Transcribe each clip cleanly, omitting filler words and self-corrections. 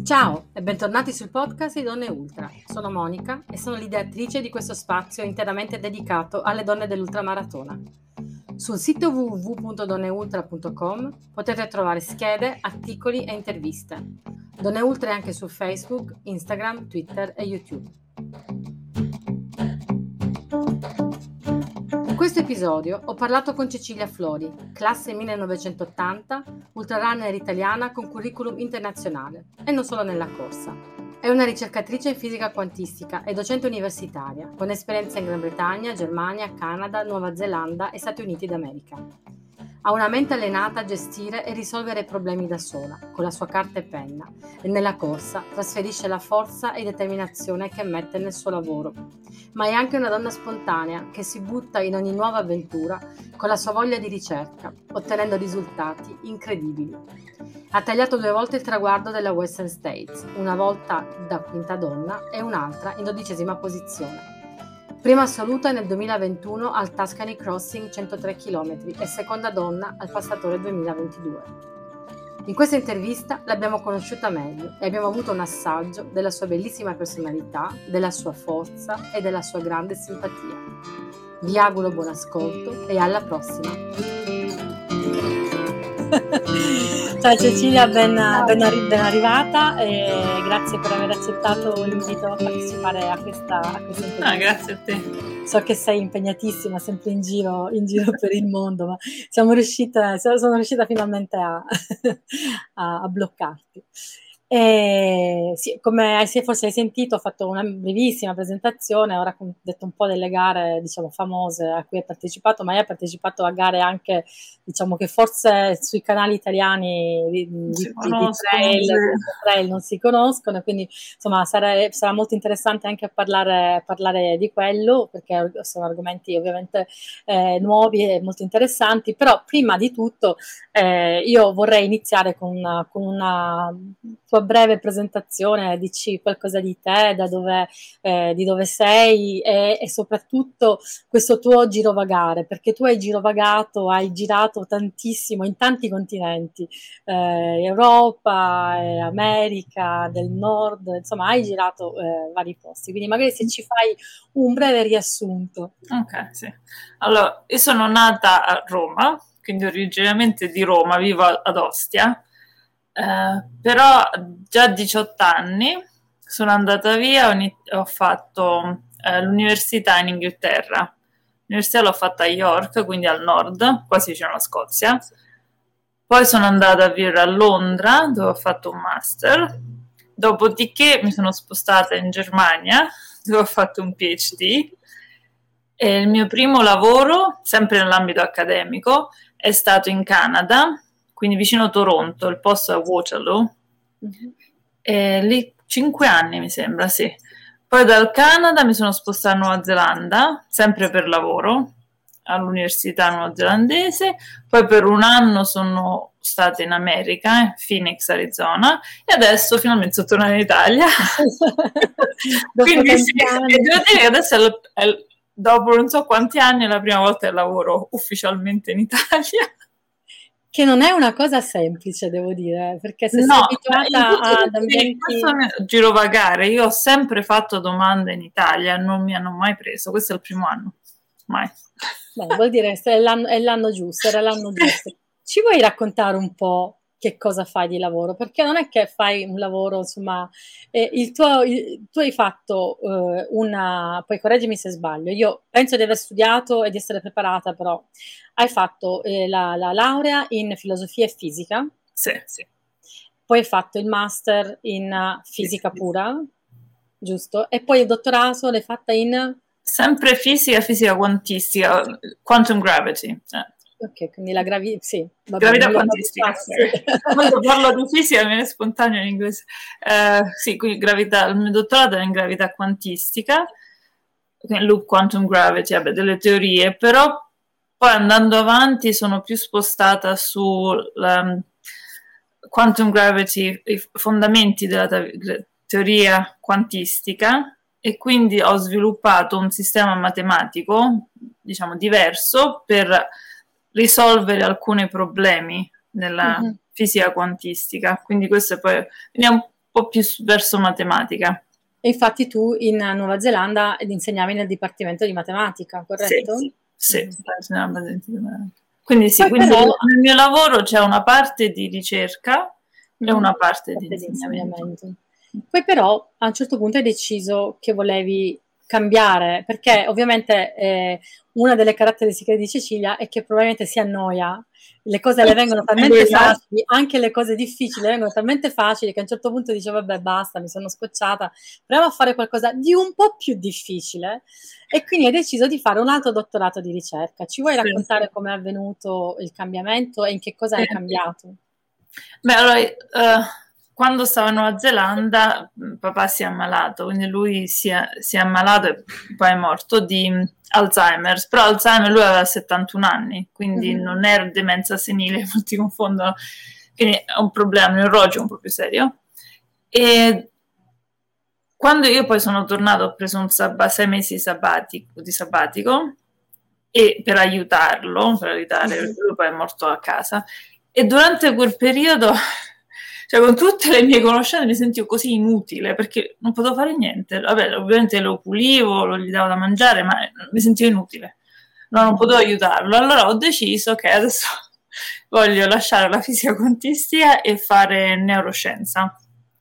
Ciao e bentornati sul podcast di Donne Ultra. Sono Monica e sono l'ideatrice di questo spazio interamente dedicato alle donne dell'ultramaratona. Sul sito www.donneultra.com potete trovare schede, articoli e interviste. Donne Ultra è anche su Facebook, Instagram, Twitter e YouTube. In questo episodio ho parlato con Cecilia Flori, classe 1980, ultrarunner italiana con curriculum internazionale, e non solo nella corsa. È una ricercatrice in fisica quantistica e docente universitaria, con esperienza in Gran Bretagna, Germania, Canada, Nuova Zelanda e Stati Uniti d'America. Ha una mente allenata a gestire e risolvere problemi da sola, con la sua carta e penna, e nella corsa trasferisce la forza e determinazione che mette nel suo lavoro. Ma è anche una donna spontanea che si butta in ogni nuova avventura con la sua voglia di ricerca, ottenendo risultati incredibili. Ha tagliato 2 volte il traguardo della Western States, una volta da quinta donna e un'altra in 12ª posizione. Prima assoluta nel 2021 al Tuscany Crossing 103 km e seconda donna al Passatore 2022. In questa intervista l'abbiamo conosciuta meglio e abbiamo avuto un assaggio della sua bellissima personalità, della sua forza e della sua grande simpatia. Vi auguro buon ascolto e alla prossima! Ciao Cecilia, ben arrivata e grazie per aver accettato l'invito a partecipare a questa intervista. Grazie a te. So che sei impegnatissima, sempre in giro per il mondo, ma sono riuscita finalmente a bloccarti. E sì, come forse hai sentito, ho fatto una brevissima presentazione, ora ho detto un po' delle gare, diciamo, famose a cui hai partecipato, ma hai partecipato a gare anche, diciamo, che forse sui canali italiani di trail non si conoscono, quindi insomma sarà molto interessante anche parlare di quello, perché sono argomenti ovviamente nuovi e molto interessanti. Però prima di tutto io vorrei iniziare con una tua breve presentazione. Dici qualcosa di te, di dove sei e soprattutto questo tuo girovagare, perché tu hai girato tantissimo in tanti continenti, Europa, America del Nord, insomma hai girato vari posti, quindi magari se ci fai un breve riassunto. Ok, sì. Allora, io sono nata a Roma, quindi originariamente di Roma, vivo ad Ostia. Però già a 18 anni sono andata via, ho fatto l'università in Inghilterra. L'università l'ho fatta a York, quindi al nord, quasi vicino alla Scozia. Poi sono andata a vivere a Londra, dove ho fatto un master. Dopodiché mi sono spostata in Germania, dove ho fatto un PhD. E il mio primo lavoro, sempre nell'ambito accademico, è stato in Canada, quindi vicino a Toronto, il posto è a Waterloo, e lì 5 anni mi sembra, sì. Poi dal Canada mi sono spostata a Nuova Zelanda, sempre per lavoro, all'università neozelandese. Poi per un anno sono stata in America, Phoenix, Arizona, e adesso finalmente sono tornata in Italia. Quindi sì, e devo dire che adesso dopo non so quanti anni è la prima volta che lavoro ufficialmente in Italia. Che non è una cosa semplice, devo dire, perché se sei abituata ad ambienti... girovagare, io ho sempre fatto domande in Italia, non mi hanno mai preso, questo è il primo anno, mai. Beh, vuol dire che è l'anno giusto, era l'anno giusto. Ci vuoi raccontare un po' che cosa fai di lavoro? Perché non è che fai un lavoro, insomma, tu hai fatto poi correggimi se sbaglio, io penso di aver studiato e di essere preparata, però hai fatto la laurea in filosofia e fisica. Sì. Poi hai fatto il master in fisica pura, giusto? E poi il dottorato l'hai fatta in... Sempre fisica quantistica, quantum gravity. Ok, quindi la gravità quantistica. Quando parlo di fisica mi viene spontaneo in inglese. Sì, quindi il mio dottorato è in gravità quantistica, loop quantum gravity, delle teorie, però poi andando avanti sono più spostata su quantum gravity, i fondamenti della teoria quantistica, e quindi ho sviluppato un sistema matematico, diciamo, diverso per risolvere alcuni problemi nella fisica quantistica. Quindi questo è un po' più verso matematica. E infatti tu in Nuova Zelanda insegnavi nel dipartimento di matematica, corretto? Sì. Quindi sì, Poi quindi però, nel mio lavoro c'è una parte di ricerca e una parte di insegnamento. Poi però a un certo punto hai deciso che volevi cambiare, perché ovviamente una delle caratteristiche di Cecilia è che probabilmente si annoia, le cose le vengono talmente facili, anche le cose difficili le vengono talmente facili che a un certo punto dice vabbè basta, mi sono scocciata, proviamo a fare qualcosa di un po' più difficile e quindi hai deciso di fare un altro dottorato di ricerca. Ci vuoi raccontare come è avvenuto il cambiamento e in che cosa hai cambiato? Beh, allora, quando stavo in Nuova Zelanda, papà si è ammalato, quindi lui si è ammalato e poi è morto di Alzheimer's, però Alzheimer lui aveva 71 anni, quindi non era demenza senile, non ti confondono, quindi è un problema neurologico un po' più serio. E quando io poi sono tornato ho preso 6 mesi di sabbatico e per aiutarlo, perché lui poi è morto a casa. E durante quel periodo, cioè con tutte le mie conoscenze, mi sentivo così inutile perché non potevo fare niente. Vabbè, ovviamente lo pulivo, lo gli davo da mangiare, ma mi sentivo inutile. Non potevo aiutarlo. Allora ho deciso che adesso voglio lasciare la fisica quantistica e fare neuroscienza.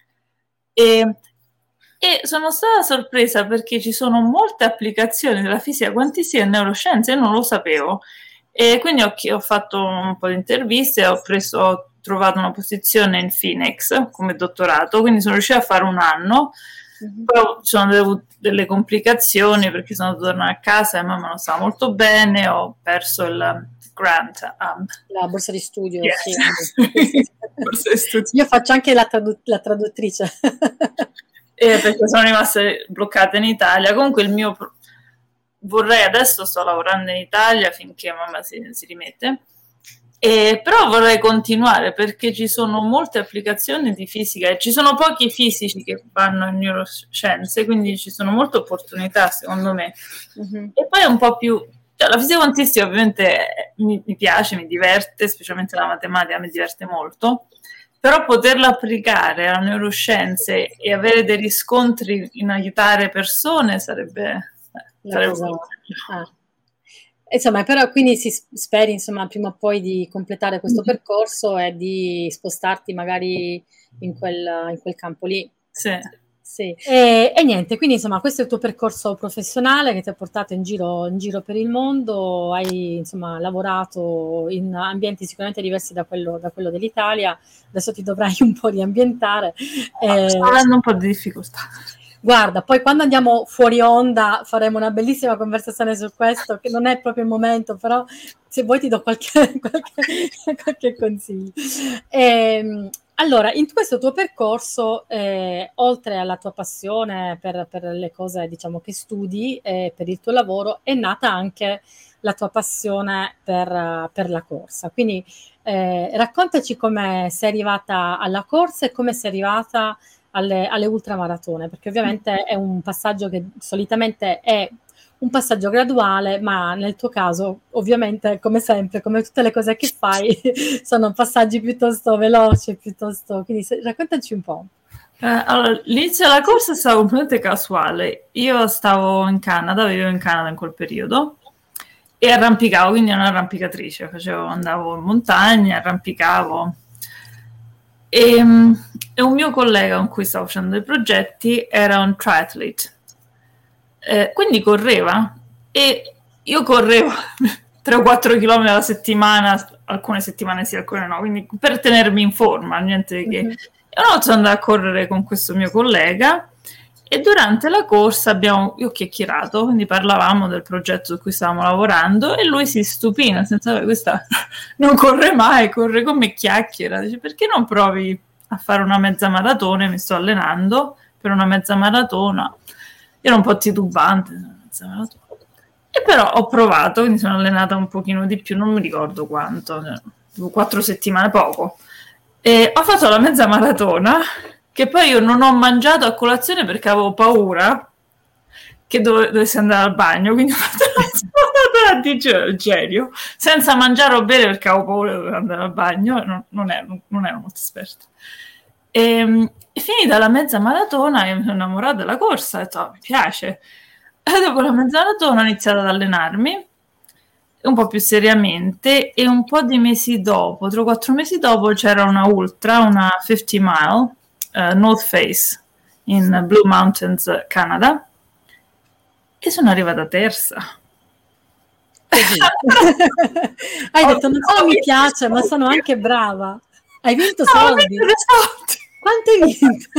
E sono stata sorpresa perché ci sono molte applicazioni della fisica quantistica e neuroscienze, io non lo sapevo. E quindi ho fatto un po' di interviste, ho trovato una posizione in Phoenix come dottorato, quindi sono riuscita a fare un anno. Poi ci sono delle complicazioni perché sono tornata a casa e mamma non stava molto bene, ho perso il grant. La borsa di studio, yes. Sì. Borsa di studio. Io faccio anche la traduttrice. Perché sono rimaste bloccate in Italia. Comunque adesso sto lavorando in Italia finché mamma si rimette, però vorrei continuare perché ci sono molte applicazioni di fisica e ci sono pochi fisici che vanno in neuroscienze, quindi ci sono molte opportunità secondo me. E poi è un po' più, cioè, la fisica quantistica ovviamente mi piace, mi diverte, specialmente la matematica mi diverte molto, però poterla applicare alle neuroscienze e avere dei riscontri in aiutare persone sarebbe Insomma, però quindi speri insomma prima o poi di completare questo percorso e di spostarti magari in quel campo lì. Sì. E niente, quindi insomma questo è il tuo percorso professionale che ti ha portato in giro per il mondo, hai insomma lavorato in ambienti sicuramente diversi da quello dell'Italia, adesso ti dovrai un po' riambientare. Sto avendo un po' di difficoltà. Guarda, poi quando andiamo fuori onda faremo una bellissima conversazione su questo, che non è proprio il momento, però se vuoi ti do qualche consiglio. Allora, in questo tuo percorso, oltre alla tua passione per le cose, diciamo, che studi, per il tuo lavoro, è nata anche la tua passione per la corsa. Quindi raccontaci come sei arrivata alla corsa e come sei arrivata alle ultramaratone, perché ovviamente è un passaggio che solitamente è un passaggio graduale, ma nel tuo caso ovviamente come sempre, come tutte le cose che fai, sono passaggi piuttosto veloci, quindi raccontaci un po'. Allora, l'inizio della corsa è stato completamente casuale. Io stavo in Canada, vivevo in Canada in quel periodo e arrampicavo, quindi ero un'arrampicatrice, andavo in montagna, arrampicavo. E un mio collega con cui stavo facendo dei progetti era un triathlete, quindi correva e io correvo 3 o 4 km alla settimana, alcune settimane sì, alcune no, quindi per tenermi in forma, niente che. E una volta sono andata a correre con questo mio collega e durante la corsa io ho chiacchierato, quindi parlavamo del progetto su cui stavamo lavorando e lui si stupì, nel senso che questa non corre mai, corre con me, chiacchiera, dice perché non provi a fare una mezza maratona? Mi sto allenando per una mezza maratona, io ero un po' titubante, mezza maratona. E però ho provato, quindi sono allenata un pochino di più, non mi ricordo quanto, 4 settimane, poco, e ho fatto la mezza maratona, che poi io non ho mangiato a colazione perché avevo paura che dovessi andare al bagno, quindi ho fatto la mezza maratona di digerio, senza mangiare o bere perché avevo paura di dover andare al bagno, non ero molto esperta. E finita la mezza maratona mi sono innamorata della corsa, ho detto, "Oh, mi piace." E dopo la mezza maratona ho iniziato ad allenarmi un po' più seriamente e un po' di mesi dopo, 3 o 4 mesi dopo, c'era una ultra, una 50 mile, North Face, in Blue Mountains, Canada, e sono arrivata terza. Così. Hai detto non solo mi piace, ma sono anche brava. Hai vinto soldi? Quanto hai vinto?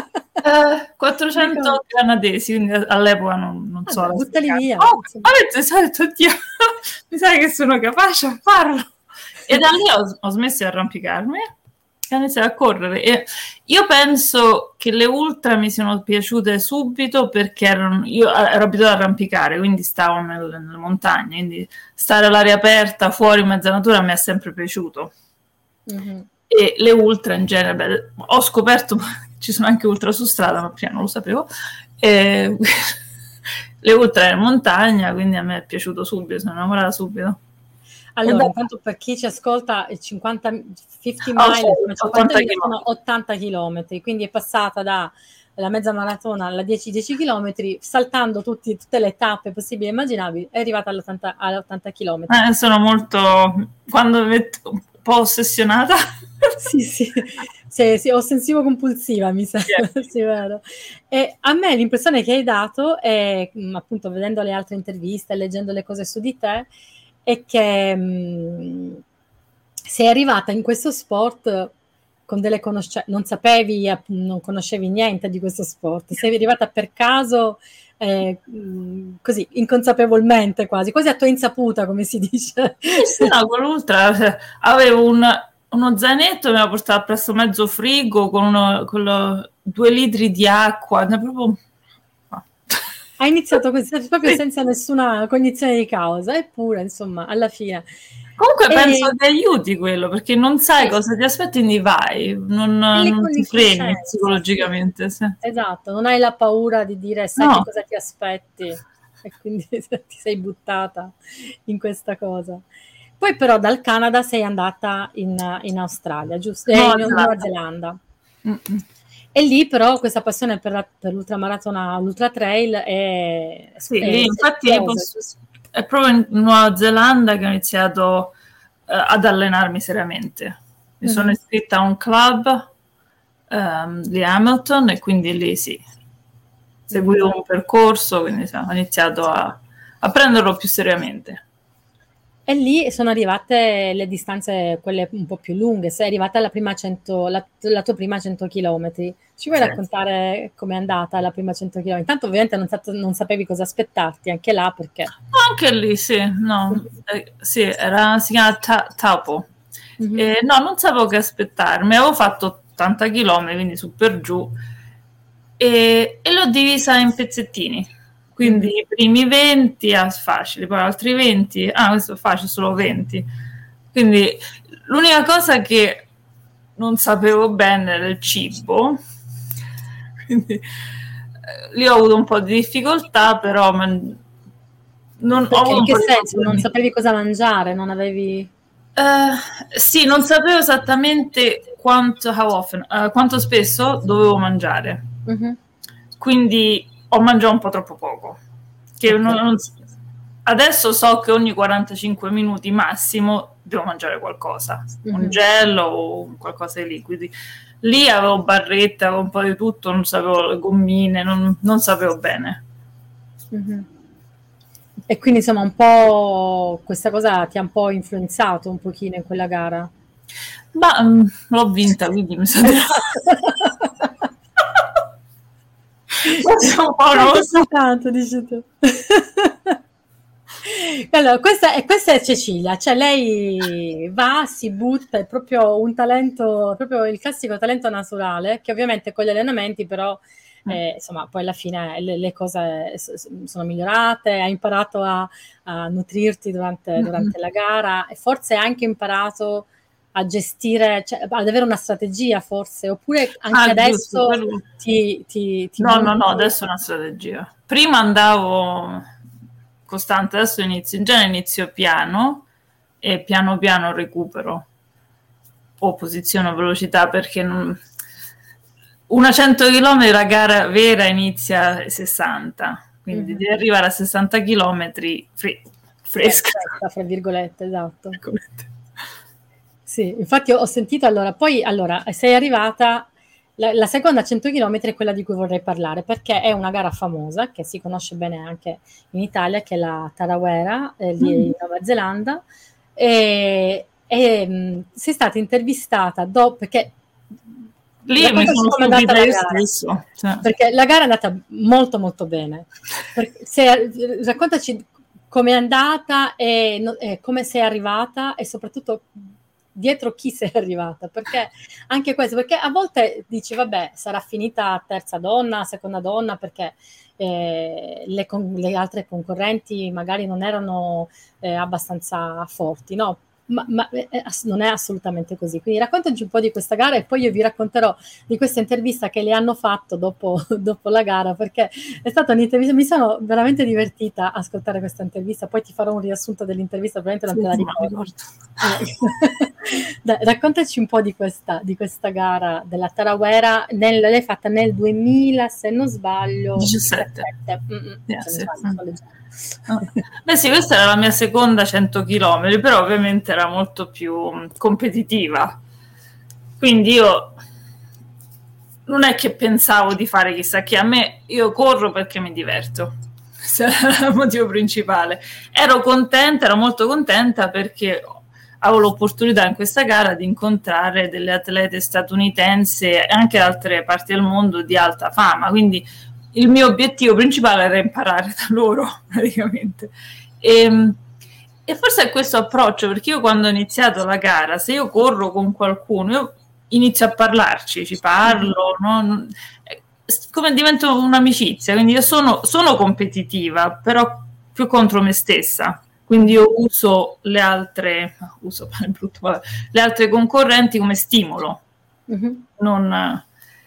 400 canadesi, quindi all'epoca non so. Vabbè, buttali via. Ho detto, oddio, mi sa che sono capace a farlo. E da lì ho smesso di arrampicarmi e ho iniziato a correre. E io penso che le ultra mi siano piaciute subito perché io ero abituata ad arrampicare, quindi stavo nelle montagne, quindi stare all'aria aperta, fuori in mezza natura, mi è sempre piaciuto. Mm-hmm. E le ultra in genere, ho scoperto che ci sono anche ultra su strada, ma prima non lo sapevo. E le ultra in montagna, quindi a me è piaciuto subito, sono innamorata subito. Allora, intanto per chi ci ascolta, il 50 mile sono 80 km, quindi è passata dalla mezza maratona alla 10 km, saltando tutte le tappe possibili e immaginabili, è arrivata all'80 km. Sono molto, quando metto un po' ossessionata. Sì, ossessivo compulsiva, mi sembra. Yeah. Sì, vero. E a me l'impressione che hai dato è, appunto, vedendo le altre interviste, leggendo le cose su di te, è che sei arrivata in questo sport con delle conoscenze, non conoscevi niente di questo sport, sei arrivata per caso, così, inconsapevolmente quasi a tua insaputa, come si dice. Sì, no, con l'ultra avevo uno zainetto, mi aveva portato presso mezzo frigo con 2 litri di acqua, proprio... Ha iniziato così, proprio senza nessuna cognizione di causa, eppure, insomma, alla fine. Comunque penso che aiuti quello, perché non sai cosa ti aspetti, quindi vai, non ti freni psicologicamente. Sì. Esatto, non hai la paura di dire sai che cosa ti aspetti e quindi ti sei buttata in questa cosa. Poi però dal Canada sei andata in Australia, giusto? In Nuova Zelanda. Mm-mm. E lì però questa passione per l'ultramaratona, l'ultra trail è... Sì, lì infatti è proprio in Nuova Zelanda che ho iniziato ad allenarmi seriamente. Mi sono iscritta a un club di Hamilton e quindi lì sì, seguivo un percorso, quindi ho iniziato a prenderlo più seriamente. E lì sono arrivate le distanze, quelle un po' più lunghe. Sei arrivata alla prima la tua prima 100 km. Ci vuoi raccontare com'è andata la prima 100 km? Intanto ovviamente non sapevi cosa aspettarti, anche là perché... Anche lì, sì, no. Sì, si chiama Taupo. Mm-hmm. No, non sapevo che aspettarmi. Avevo fatto 80 km, quindi su per giù, e l'ho divisa in pezzettini. Quindi i primi 20 facili, poi altri 20, questo è facile, solo 20. Quindi l'unica cosa che non sapevo bene era il cibo, quindi lì ho avuto un po' di difficoltà, però in che senso? Non sapevi cosa mangiare? Non avevi... sì, non sapevo esattamente quanto spesso dovevo mangiare. Mm-hmm. Quindi ho mangiato un po' troppo poco. Che adesso so che ogni 45 minuti massimo devo mangiare qualcosa, un gelo o qualcosa di liquidi. Lì avevo barrette, avevo un po' di tutto, non sapevo le gommine, non sapevo bene. E quindi insomma un po' questa cosa ti ha un po' influenzato un pochino in quella gara? Ma l'ho vinta, quindi mi sa un po' non lo so tanto, dici tu. Allora, questa è Cecilia, cioè lei va, si butta, è proprio un talento, proprio il classico talento naturale, che ovviamente con gli allenamenti però, insomma, poi alla fine le cose sono migliorate, hai imparato a nutrirti durante la gara e forse hai anche imparato a gestire, cioè, ad avere una strategia forse, oppure anche adesso ti No, adesso è una strategia. Prima andavo costante, adesso inizio piano e piano piano recupero o posiziono velocità perché una 100 km, la gara vera inizia ai 60, quindi devi arrivare a 60 km fresca. Fra virgolette, esatto. Sì, infatti ho sentito allora sei arrivata, la seconda 100 km è quella di cui vorrei parlare, perché è una gara famosa, che si conosce bene anche in Italia, che è la Tarawera, lì in Nuova Zelanda, e sei stata intervistata dopo, perché lì mi sono stupita io stesso. Cioè. Perché la gara è andata molto molto bene. Raccontaci com'è andata e come sei arrivata e soprattutto dietro chi sei arrivata, perché anche questo, perché a volte dici vabbè sarà finita terza donna, seconda donna, perché le altre concorrenti magari non erano abbastanza forti, no? Ma non è assolutamente così. Quindi raccontaci un po' di questa gara e poi io vi racconterò di questa intervista che le hanno fatto dopo la gara, perché è stata un'intervista, mi sono veramente divertita a ascoltare questa intervista, poi ti farò un riassunto dell'intervista, probabilmente non te la ricordo. Dai, raccontaci un po' di questa gara della Tarawera, l'hai fatta nel 2000, se non sbaglio, 17. Sì. Beh sì, questa era la mia seconda 100 km, però ovviamente era molto più competitiva, quindi io non è che pensavo di fare chissà che, io corro perché mi diverto, questo era il motivo principale. Ero molto contenta perché avevo l'opportunità in questa gara di incontrare delle atlete statunitensi e anche da altre parti del mondo di alta fama, quindi il mio obiettivo principale era imparare da loro praticamente, e forse è questo approccio, perché io quando ho iniziato la gara, se io corro con qualcuno, io inizio a parlarci, ci parlo, no? Come divento un'amicizia, quindi io sono competitiva, però più contro me stessa, quindi io uso le altre concorrenti come stimolo, non...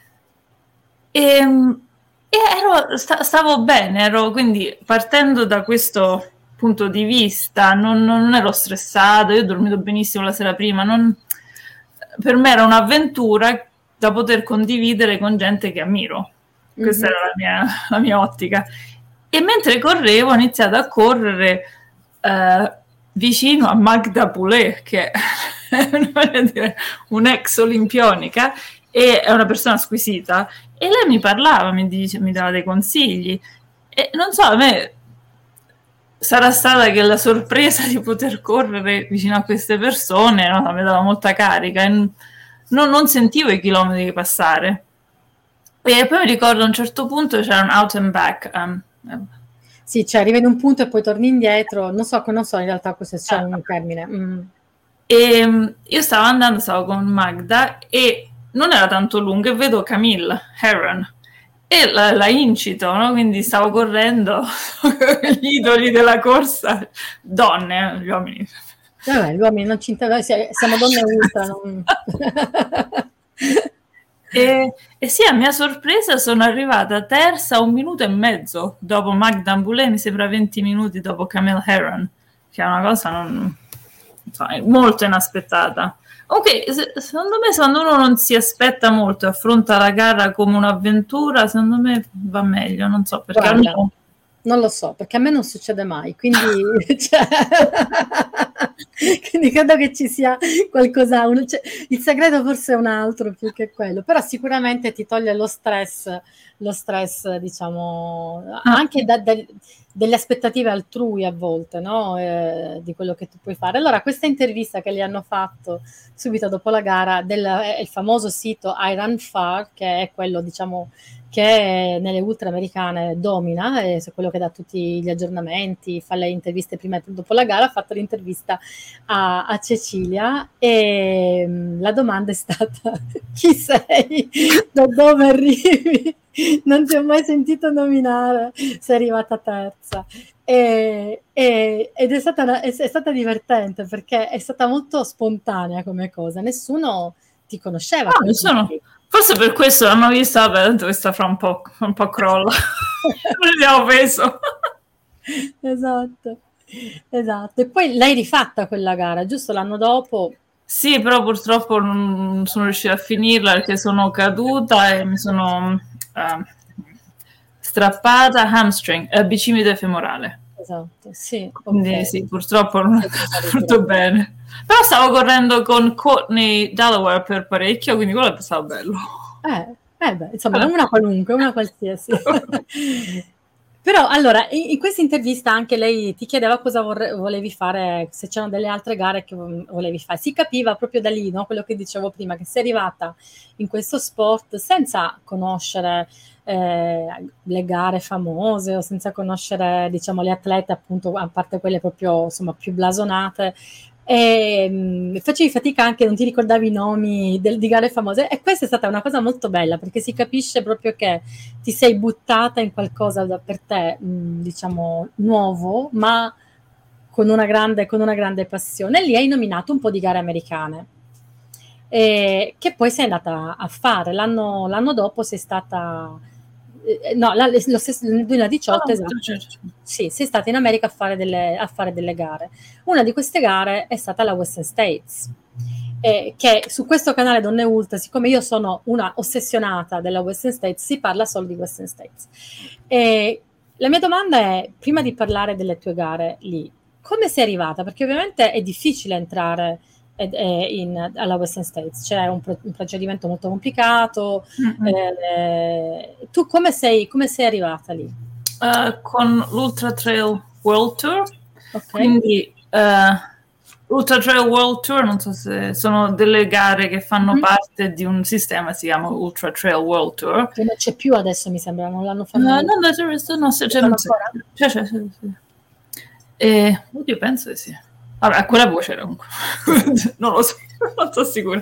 stavo bene, quindi partendo da questo punto di vista non ero stressato, io ho dormito benissimo la sera prima, per me era un'avventura da poter condividere con gente che ammiro, questa era la mia ottica. E mentre correvo ho iniziato a correre vicino a Magda Poulet, che è un'ex olimpionica e è una persona squisita, e lei mi parlava, mi dava dei consigli, e non so, a me sarà stata che la sorpresa di poter correre vicino a queste persone, no, mi dava molta carica e non sentivo i chilometri passare. E poi mi ricordo a un certo punto c'era un out and back. Sì, cioè arrivi in un punto e poi torni indietro, non so in realtà cosa c'è un termine. E io stavo con Magda e non era tanto lungo e vedo Camille Herron e la incito, no? Quindi stavo correndo gli idoli della corsa, donne, gli uomini. Vabbè, gli uomini non ci interessano, siamo donne ultra. Non... E sì, a mia sorpresa sono arrivata terza 1 minuto e mezzo dopo Magda Poulet, mi sembra 20 minuti dopo Camille Herron, che è una cosa molto inaspettata. Ok, secondo me quando uno non si aspetta molto e affronta la gara come un'avventura, secondo me va meglio, non so perché. Guarda, non lo so, perché a me non succede mai, quindi, quindi credo che ci sia qualcosa, il segreto forse è un altro più che quello, però sicuramente ti toglie lo stress diciamo, anche delle aspettative altrui a volte, no? Di quello che tu puoi fare. Allora, questa intervista che gli hanno fatto subito dopo la gara è il famoso sito iRunFar, che è quello, diciamo, che nelle ultra americane domina, è quello che dà tutti gli aggiornamenti, fa le interviste prima e dopo la gara. Ha fatto l'intervista a Cecilia e la domanda è stata: chi sei? Da dove arrivi? Non ti ho mai sentito nominare, sei arrivata terza. Ed è stata divertente perché è stata molto spontanea come cosa, nessuno ti conosceva. Forse per questo l'hanno vista, questa fra un po' crolla. Non abbiamo preso. Esatto. E poi l'hai rifatta quella gara, giusto l'anno dopo? Sì, però purtroppo non sono riuscita a finirla perché sono caduta e mi sono strappata bicipite femorale. Esatto, sì, Quindi ok. sì, purtroppo non è Sei stata tutto ritirata. bene. Però stavo correndo con Courtney Delaware per parecchio, quindi quello è stato bello. Beh, insomma, non una qualunque, una qualsiasi. Però, allora, in questa intervista anche lei ti chiedeva cosa volevi fare, se c'erano delle altre gare che volevi fare. Si capiva proprio da lì, no? Quello che dicevo prima, che sei arrivata in questo sport senza conoscere le gare famose o senza conoscere, diciamo, le atlete, appunto, a parte quelle proprio, insomma, più blasonate, e facevi fatica anche, non ti ricordavi i nomi di gare famose, e questa è stata una cosa molto bella perché si capisce proprio che ti sei buttata in qualcosa per te, diciamo, nuovo, ma con una grande passione. E lì hai nominato un po' di gare americane, che poi sei andata a fare. L'anno dopo sei stata, no, lo stesso, nel 2018, Oh, esatto, certo. sì, sei stata in America a fare delle gare. Una di queste gare è stata la Western States, che su questo canale Donne Ultra, siccome io sono una ossessionata della Western States, si parla solo di Western States. E la mia domanda è, prima di parlare delle tue gare lì, come sei arrivata? Perché ovviamente è difficile entrare alla Western States, c'è un procedimento molto complicato. Tu come sei arrivata lì? Con l'Ultra Trail World Tour, Ok. quindi Ultra Trail World Tour, non so se sono delle gare che fanno parte di un sistema, si chiama Ultra Trail World Tour. Che non c'è più adesso, mi sembra, non l'hanno fatto. No, no, se c'è, Fanno ancora? sì. Oddio, penso di sì. Vabbè, a quella voce era comunque. Non lo so, non sono sicura.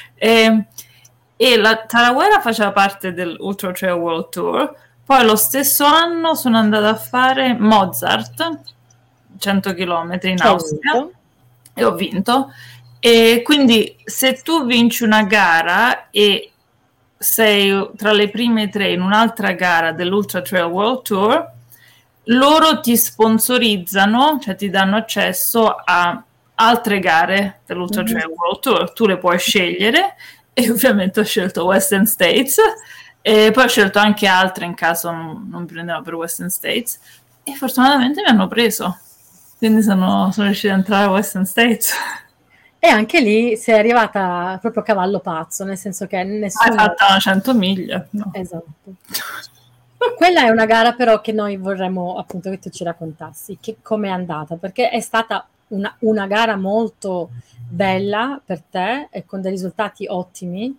E la Tarawera faceva parte dell'Ultra Trail World Tour. Poi lo stesso anno sono andata a fare Mozart, 100 km in Austria, e ho vinto. E quindi se tu vinci una gara e sei tra le prime 3 in un'altra gara dell'Ultra Trail World Tour, loro ti sponsorizzano, cioè ti danno accesso a altre gare dell'Ultra Trail World Tour. Tu le puoi scegliere e ovviamente ho scelto Western States e poi ho scelto anche altre in caso non prendevano per Western States e fortunatamente mi hanno preso, quindi sono riuscita ad entrare a Western States. E anche lì sei arrivata proprio a cavallo pazzo, nel senso che nessuno... Hai fatto 100 miglia, no? Esatto. Quella è una gara però che noi vorremmo appunto che tu ci raccontassi, che com'è andata, perché è stata una gara molto bella per te e con dei risultati ottimi.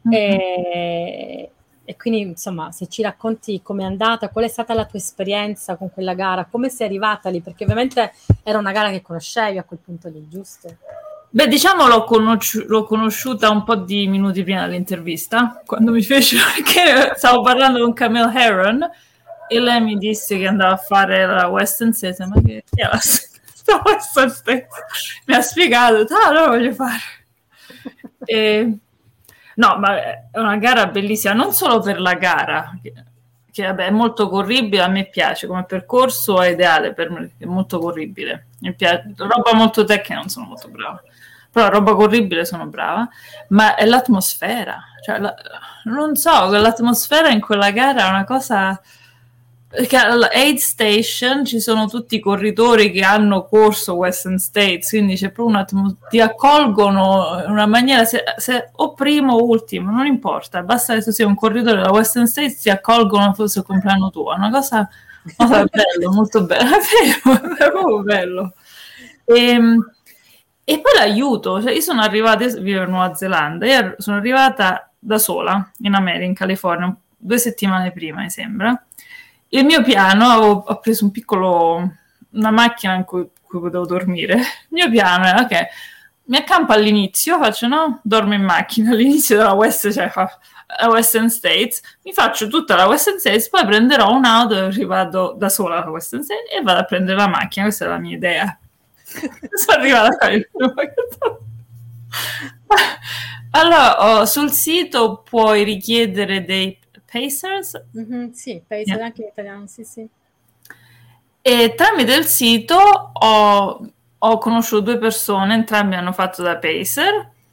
E quindi insomma se ci racconti com'è andata, qual è stata la tua esperienza con quella gara, come sei arrivata lì, perché ovviamente era una gara che conoscevi a quel punto lì, giusto? Beh, diciamo l'ho conosciuta un po' di minuti prima dell'intervista, quando mi fece, perché stavo parlando con Camille Herron e lei mi disse che andava a fare la Western States, ma che è la Western States? Mi ha spiegato, allora voglio fare. No, ma è una gara bellissima, non solo per la gara, che vabbè, è molto corribile, a me piace, come percorso è ideale per me, è molto corribile. Mi piace, roba molto tecnica non sono molto brava, però roba corribile sono brava, ma è l'atmosfera, cioè non so, l'atmosfera in quella gara è una cosa... Perché all'Aid Station ci sono tutti i corridori che hanno corso Western States, quindi c'è proprio ti accolgono in una maniera, se o primo o ultimo, non importa, basta che tu sia un corridore della Western States, ti accolgono forse il compleanno tuo, è una cosa bello, molto bello, è proprio bello. E poi l'aiuto, cioè io sono arrivata, io vivo in Nuova Zelanda, io sono arrivata da sola in America, in California, 2 settimane prima, mi sembra. Il mio piano, ho preso una macchina in cui potevo dormire. Il mio piano è, ok, mi accampo all'inizio, faccio, no? Dormo in macchina all'inizio della Western States, mi faccio tutta la Western States, poi prenderò un'auto e vado da sola alla Western States e vado a prendere la macchina, questa è la mia idea. Sono arrivata qua. Allora, sul sito puoi richiedere dei Pacers? Sì, Pacers anche in italiano, sì. E tramite il sito ho conosciuto 2 persone, entrambi hanno fatto da Pacer,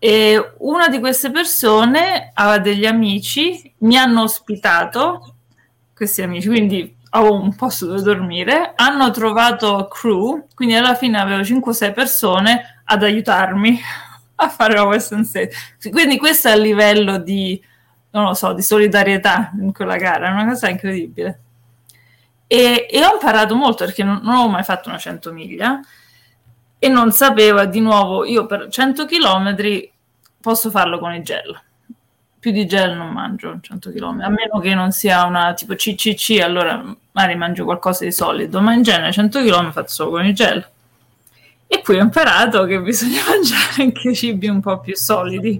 E una di queste persone aveva degli amici, mi hanno ospitato, questi amici, quindi avevo un posto dove dormire, hanno trovato crew, quindi alla fine avevo 5-6 persone ad aiutarmi a fare la Western State. Quindi questo è il livello di, non lo so, di solidarietà in quella gara, è una cosa incredibile. E ho imparato molto perché non ho mai fatto una 100 miglia e non sapevo, di nuovo, io per 100 km posso farlo con il gel. Più di gel non mangio 100 km, a meno che non sia una tipo CCC, allora magari mangio qualcosa di solido, ma in genere 100 km fatto solo con il gel. E qui ho imparato che bisogna mangiare anche cibi un po' più solidi.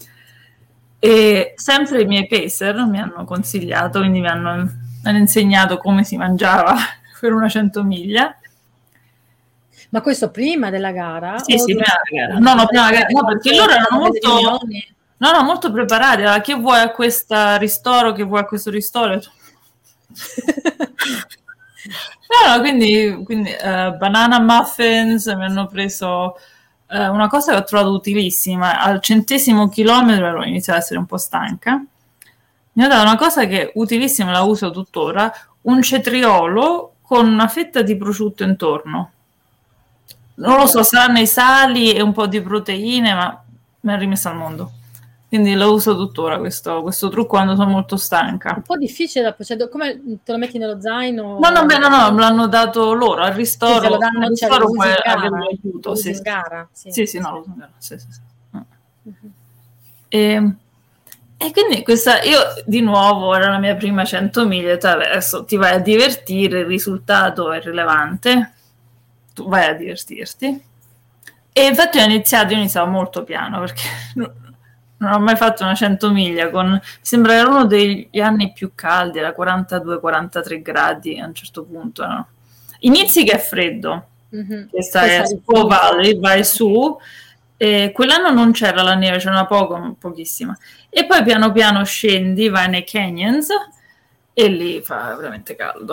E sempre i miei pacer mi hanno consigliato, quindi mi hanno insegnato come si mangiava per una 100 miglia. Ma questo prima della gara? Sì, prima della gara. No, prima della gara. No, perché loro erano molto preparati. Allora, che vuoi a questa ristoro, che vuoi a questo ristoro? No, quindi banana muffins, mi hanno preso una cosa che ho trovato utilissima. Al 100° chilometro ero iniziata a essere un po' stanca. Mi ha dato una cosa che è utilissima, la uso tuttora, un cetriolo con una fetta di prosciutto intorno. Non lo so, saranno i sali e un po' di proteine, ma mi ha rimessa al mondo. Quindi lo uso tuttora questo trucco quando sono molto stanca. Un po' difficile da come te lo metti nello zaino? No, me l'hanno dato loro al ristoro. Sì, lo danno, al ristoro lo usi in gara. Aiuto, sì. In gara? Sì, no, lo uso in gara. Sì. E quindi questa, io di nuovo era la mia prima 100 miglia, adesso ti vai a divertire, il risultato è rilevante, tu vai a divertirti. E infatti io iniziavo molto piano perché non ho mai fatto una 100 miglia, sembra era uno degli anni più caldi, era 42-43 gradi a un certo punto, no? Inizi che è freddo, che stai a Squaw Valley, vai su, e quell'anno non c'era la neve, c'era pochissima, e poi piano piano scendi, vai nei canyons e lì fa veramente caldo.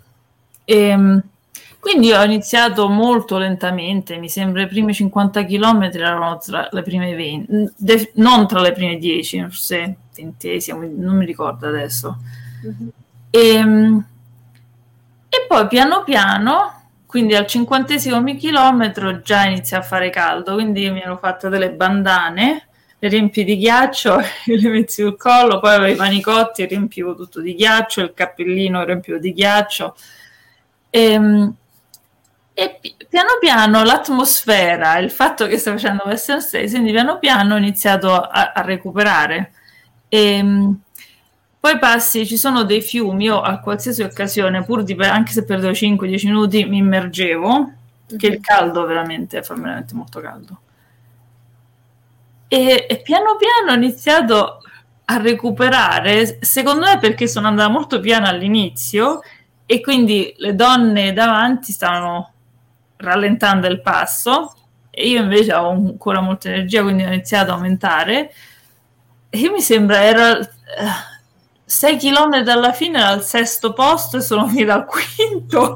Quindi ho iniziato molto lentamente, mi sembra i primi 50 km erano tra le prime 20, non tra le prime 10, forse 20esimo, non mi ricordo adesso. E poi piano piano, quindi al 50° chilometro già inizia a fare caldo, quindi mi ero fatta delle bandane, le riempi di ghiaccio e le metti sul collo, poi avevo i manicotti e riempivo tutto di ghiaccio, il cappellino riempivo di ghiaccio. E piano piano l'atmosfera, il fatto che sto facendo Western States, quindi piano piano ho iniziato a recuperare. Poi ci sono dei fiumi, io a qualsiasi occasione, anche se perdevo 5-10 minuti, mi immergevo, che il caldo veramente fa veramente molto caldo. E piano piano ho iniziato a recuperare, secondo me perché sono andata molto piano all'inizio e quindi le donne davanti stavano rallentando il passo e io invece avevo ancora molta energia, quindi ho iniziato a aumentare e io mi sembra era 6 km alla fine era al 6° posto e sono finita al 5º,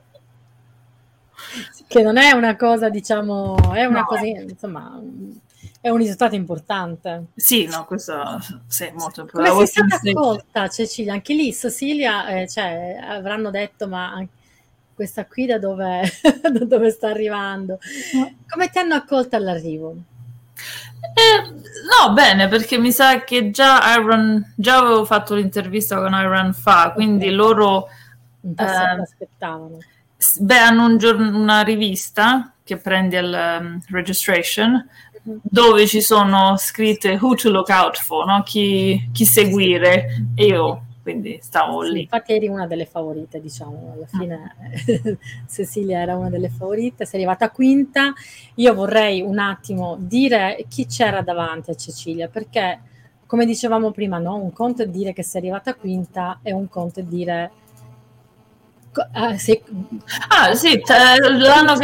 che non è una cosa, diciamo, è una cosa, insomma, è un risultato importante. Sì, no, questo sì, molto importante. Come sei stata accolta, Cecilia? Anche lì, Cecilia, avranno detto, ma questa qui da dove sta arrivando? Come ti hanno accolta all'arrivo? No, bene, perché mi sa che già avevo fatto l'intervista con Iron Fa, quindi loro aspettavano. Hanno una rivista che prendi al registration dove ci sono scritte who to look out for, no? Chi seguire, e io quindi stavo lì. Infatti eri una delle favorite, diciamo, alla fine Cecilia era una delle favorite, sei arrivata quinta. Io vorrei un attimo dire chi c'era davanti a Cecilia, perché come dicevamo prima, no? Un conto è dire che sei arrivata quinta e un conto è dire l'anno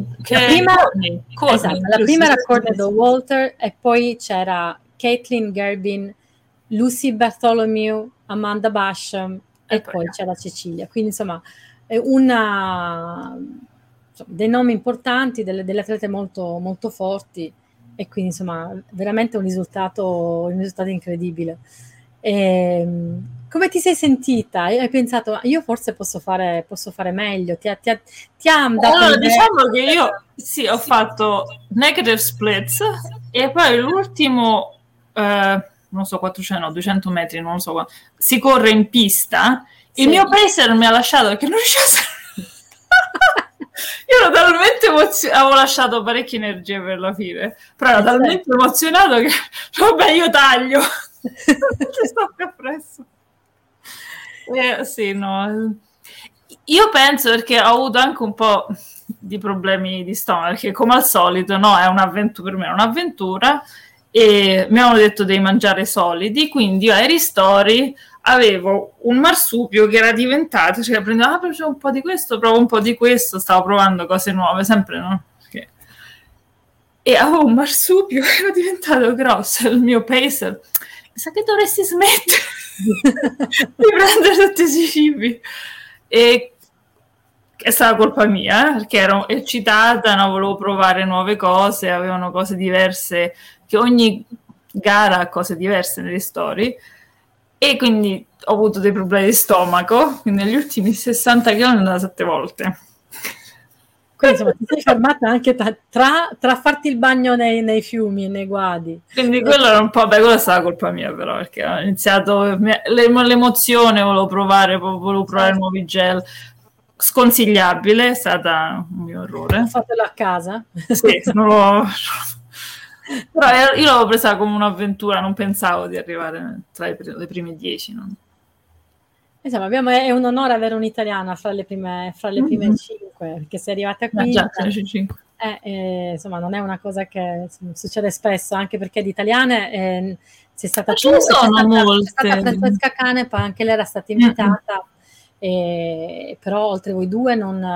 la prima era Courtney Walter e poi c'era Caitlin Gerbin, Lucy Bartholomew, Amanda Basham e poi c'era Cecilia, quindi insomma è dei nomi importanti, delle atlete molto, molto forti e quindi insomma veramente un risultato incredibile. Come ti sei sentita? Hai pensato, io forse posso fare meglio? Ti ha dato Allora, idea? diciamo che io sì, ho fatto negative splits e poi l'ultimo, non so, 400, no, 200 metri, non so quanto, si corre in pista. Il Sì. mio pacer mi ha lasciato perché non riuscivo a... Io ero talmente emozionato, avevo lasciato parecchie energie per la fine, però ero talmente emozionato che, vabbè, io taglio. Ci sto più appresso. Sì, no. Io penso perché ho avuto anche un po' di problemi di stomaco, perché come al solito, no, è un'avventura, per me è un'avventura, e mi hanno detto di mangiare solidi, quindi io ai ristori avevo un marsupio che era diventato, cioè prendevo, c'è un po' di questo, provo un po' di questo, stavo provando cose nuove, sempre, no? Perché... E avevo un marsupio che era diventato grosso, il mio pacer. Mi sa che dovresti smettere di prendere tutti questi cibi. E è stata colpa mia, perché ero eccitata, no? Volevo provare nuove cose, avevano cose diverse, che ogni gara ha cose diverse nelle storie, e quindi ho avuto dei problemi di stomaco, quindi negli ultimi 60 km andata 7 volte. Quindi insomma ti sei fermata anche tra farti il bagno nei fiumi, nei guadi. Quindi quello era un po', beh, quella è stata colpa mia però, perché ho iniziato l'emozione, volevo provare nuovi gel. Sconsigliabile, è stata un mio errore. Fatelo a casa. Sì, non l'ho... Però io l'avevo presa come un'avventura, non pensavo di arrivare tra le prime 10. No? Insomma, è un onore avere un'italiana fra le prime 5, perché sei arrivata qui. Insomma, non è una cosa che succede spesso, anche perché di italiane sei stata tu, c'è stata Francesca Canepa, anche lei era stata invitata, però oltre voi due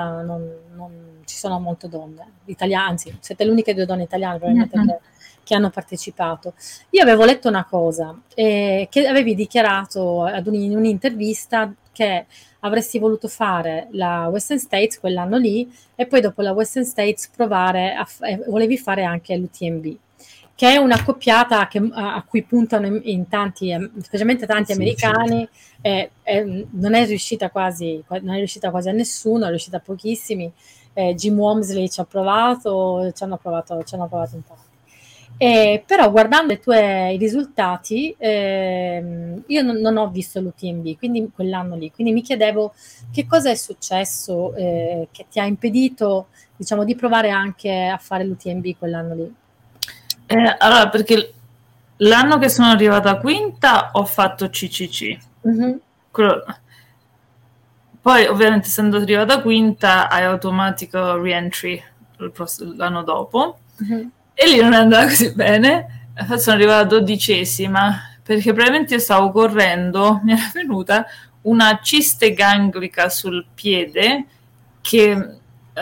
non ci sono molte donne italiane, anzi siete le uniche 2 donne italiane probabilmente che hanno partecipato. Io avevo letto una cosa, che avevi dichiarato in un'intervista che avresti voluto fare la Western States quell'anno lì e poi dopo la Western States volevi fare anche l'UTMB, che è una coppiata a cui puntano in tanti, specialmente tanti americani. Non è riuscita quasi a nessuno, è riuscita a pochissimi. Jim Walmsley ci hanno provato in tanti. Però guardando i risultati, io non ho visto l'UTMB, quindi quell'anno lì, quindi mi chiedevo che cosa è successo che ti ha impedito, diciamo, di provare anche a fare l'UTMB quell'anno lì. Allora, perché l'anno che sono arrivata quinta ho fatto CCC. Poi ovviamente essendo arrivata quinta hai automatico re-entry l'anno dopo. E lì non è andata così bene, sono arrivata 12ª, perché probabilmente io stavo correndo, mi era venuta una ciste ganglica sul piede che,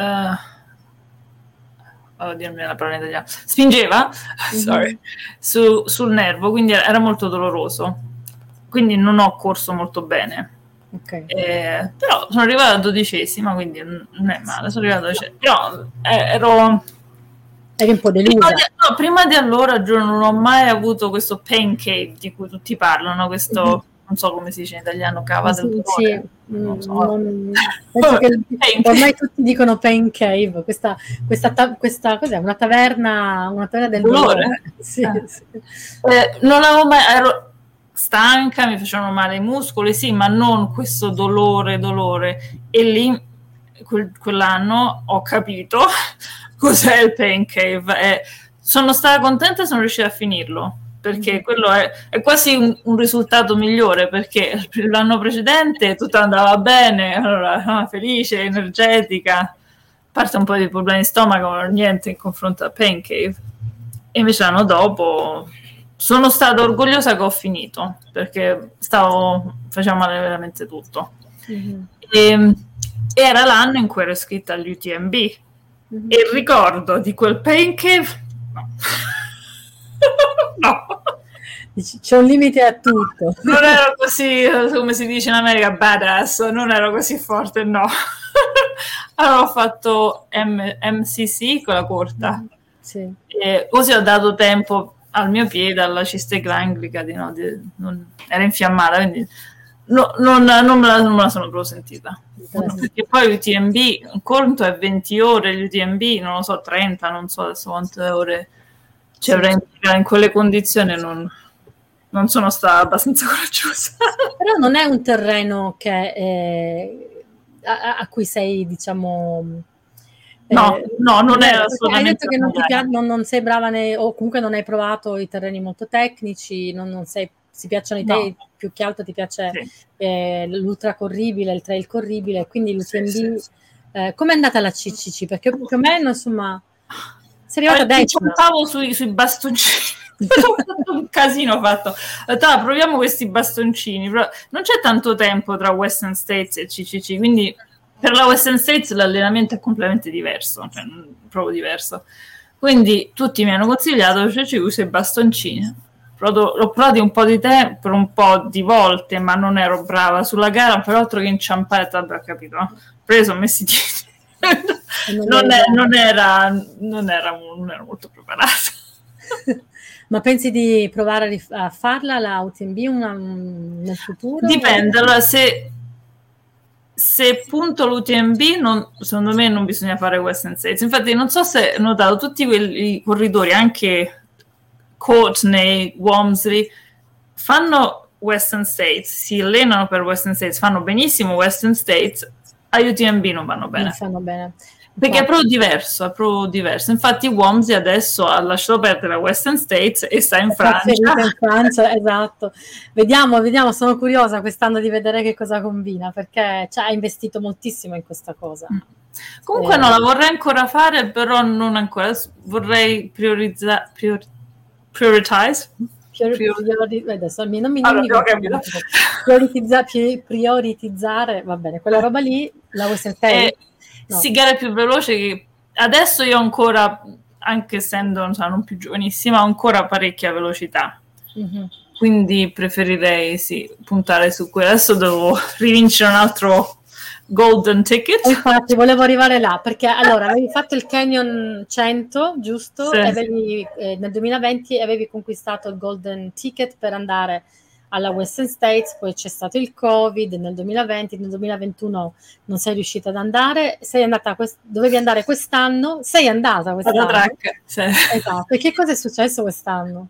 dirmi la parola in italiano, spingeva, sul nervo, quindi era molto doloroso, quindi non ho corso molto bene. Però sono arrivata 12ª, quindi non è male, sono arrivata 12ª, però eri un po' delusa. Prima di allora, giuro, non ho mai avuto questo pain cave di cui tutti parlano, questo, non so come si dice in italiano, cava del dolore. Non so. Penso che ormai tutti dicono pain cave, questa cos'è? Una taverna del dolore. Sì. Non avevo mai, ero stanca, mi facevano male i muscoli, sì, ma non questo dolore. E lì, quell'anno, ho capito cos'è il pain cave. Sono stata contenta e sono riuscita a finirlo, perché quello è quasi un risultato migliore, perché l'anno precedente tutto andava bene, allora felice, energetica, a parte un po' di problemi di stomaco, niente in confronto al pain cave. E invece l'anno dopo sono stata orgogliosa che ho finito, perché faceva male veramente tutto. E era l'anno in cui ero iscritta all'UTMB. E il ricordo di quel pain cave no. C'è un limite a tutto. Non ero così, come si dice in America, badass, non ero così forte, no. Allora ho fatto MCC, quella corta, Sì. E così ho dato tempo al mio piede, alla cista ganglica, era infiammata, quindi non me la sono proprio sentita. Perché poi l'UTMB, un conto è 20 ore, l'UTMB, non lo so, 30, non so adesso quante ore ci avrei in quelle condizioni, non sono stata abbastanza coraggiosa. Però non è un terreno che a cui sei, diciamo... No, non è assolutamente. Hai detto che non sei brava o comunque non hai provato i terreni molto tecnici, si piacciono i te, più che altro ti piace l'ultra corribile, il trail corribile, quindi l'UTMB. Com'è andata la CCC? Perché più o meno, insomma, sei arrivata a decima. Stavo sui bastoncini. Ho fatto un casino fatto. Proviamo questi bastoncini. Però non c'è tanto tempo tra Western States e CCC, quindi per la Western States l'allenamento è completamente diverso, cioè proprio diverso. Quindi tutti mi hanno consigliato CCC usa i bastoncini. L'ho provato un po' di tempo, per un po' di volte, ma non ero brava sulla gara, per altro che inciampata, ho capito. Ho preso, ho messi non ero molto preparata. Ma pensi di provare a farla la UTMB nel futuro? Dipende, allora se punto l'UTMB secondo me non bisogna fare Western States. Infatti non so se hai notato tutti quelli corridori, anche Courtney, Walmsley, fanno Western States, si allenano per Western States, fanno benissimo Western States, a UTMB non vanno bene. Non fanno bene. Perché è proprio diverso. Infatti Walmsley adesso ha lasciato perdere la Western States e sta in Francia. Esatto. Vediamo, sono curiosa quest'anno di vedere che cosa combina, perché ha investito moltissimo in questa cosa. Comunque no, la vorrei ancora fare, però non ancora. Vorrei prioritizzare, va bene, quella roba lì, la Western States. Sì, gare più veloce che adesso io ancora, anche essendo non più giovanissima, ho ancora parecchia velocità. Mm-hmm. Quindi preferirei puntare su quello. Adesso devo rivincere un altro golden ticket. Infatti volevo arrivare là, perché allora avevi fatto il Canyon 100, giusto? Sì. Nel 2020 avevi conquistato il golden ticket per andare alla Western States, poi c'è stato il Covid nel 2020, nel 2021 non sei riuscita ad andare, dovevi andare quest'anno, sei andata quest'anno. Track, sì. Esatto. E che cosa è successo quest'anno?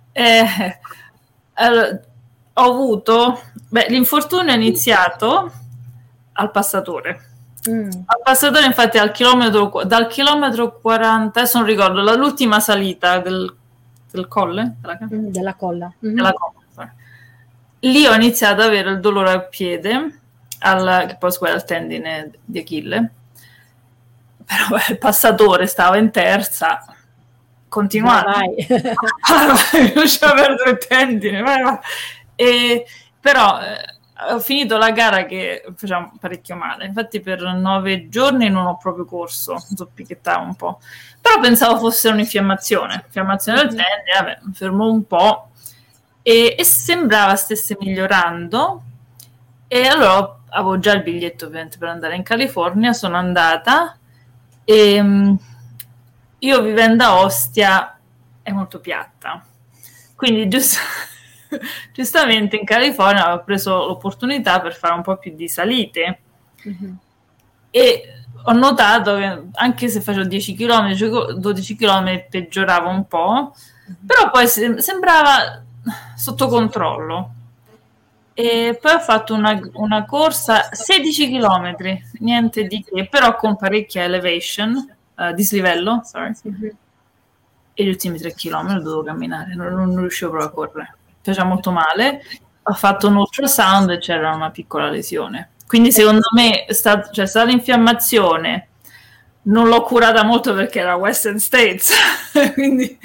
Allora, ho avuto, l'infortunio è iniziato al passatore. Al passatore, infatti, dal chilometro 40, adesso non ricordo, l'ultima salita del colle? Della colla. Mm-hmm. Della colla. Lì ho iniziato ad avere il dolore al piede, che poi è il tendine di Achille, però il passatore stava in terza, continuando, lasciava perdere il tendine, vai. Però ho finito la gara che facciamo parecchio male, infatti per 9 giorni non ho proprio corso, zoppichettavo un po', però pensavo fosse un'infiammazione del tendine, mi fermo un po'. E sembrava stesse migliorando, e allora avevo già il biglietto ovviamente per andare in California, sono andata, e io vivendo a Ostia è molto piatta, quindi giustamente in California avevo preso l'opportunità per fare un po' più di salite, e ho notato che anche se facevo 10 km, 12 km peggiorava un po', però poi sembrava sotto controllo, e poi ho fatto una corsa 16 km, niente di che, però con parecchia elevation, dislivello, e gli ultimi 3 km dovevo camminare, non riuscivo proprio a correre, mi faceva molto male. Ho fatto un ultrasound e c'era una piccola lesione, quindi secondo me c'è stata l'infiammazione, non l'ho curata molto perché era Western States, quindi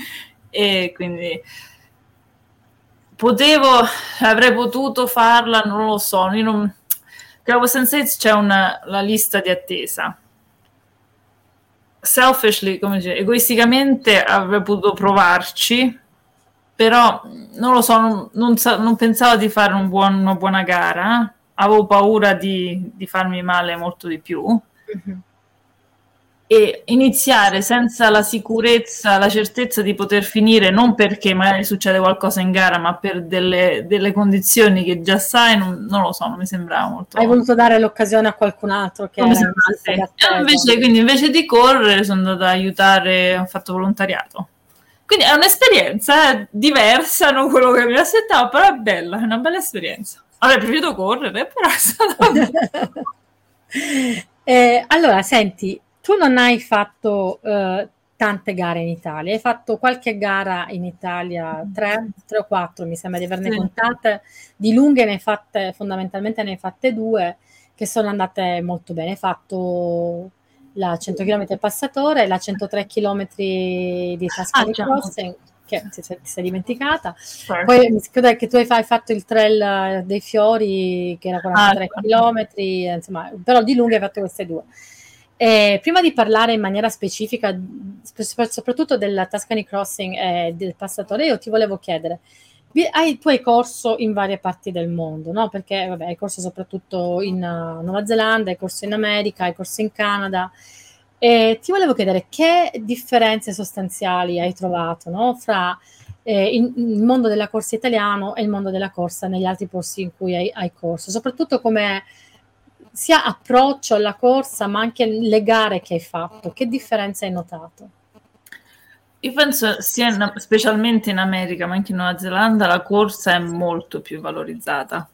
avrei potuto farla, non lo so. Per la Western States c'è la lista di attesa. Selfishly, come dice, egoisticamente avrei potuto provarci, però non lo so, non pensavo di fare una buona gara, avevo paura di farmi male molto di più. e iniziare senza la sicurezza, la certezza di poter finire, non perché magari succede qualcosa in gara, ma per delle condizioni che già sai, non lo so, non mi sembrava molto... Hai voluto dare l'occasione a qualcun altro che era in lista di attesa. Quindi invece di correre sono andata a aiutare, ho fatto volontariato. Quindi è un'esperienza diversa, non quello che mi aspettavo, però è bella, è una bella esperienza. Avrei preferito correre, però è stata... Allora, senti, tu non hai fatto tante gare in Italia, hai fatto qualche gara in Italia, 3 o 4 mi sembra di averne contate, di lunghe fondamentalmente ne hai fatte 2 che sono andate molto bene. Hai fatto la 100 km passatore, la 103 km di Tuscany Crossing, che ti sei dimenticata. Poi mi ricordo che tu hai fatto il trail dei fiori, che era 43 km, insomma, però di lunghe hai fatto queste 2. Prima di parlare in maniera specifica, soprattutto del Tuscany Crossing e del passatore, io ti volevo chiedere, tu hai corso in varie parti del mondo, no? Perché vabbè, hai corso soprattutto in Nuova Zelanda, hai corso in America, hai corso in Canada. Ti volevo chiedere che differenze sostanziali hai trovato, no? Fra il mondo della corsa italiano e il mondo della corsa negli altri posti in cui hai corso, soprattutto come sia approccio alla corsa, ma anche le gare che hai fatto. Che differenza hai notato? Io penso sia specialmente in America, ma anche in Nuova Zelanda, la corsa è molto più valorizzata.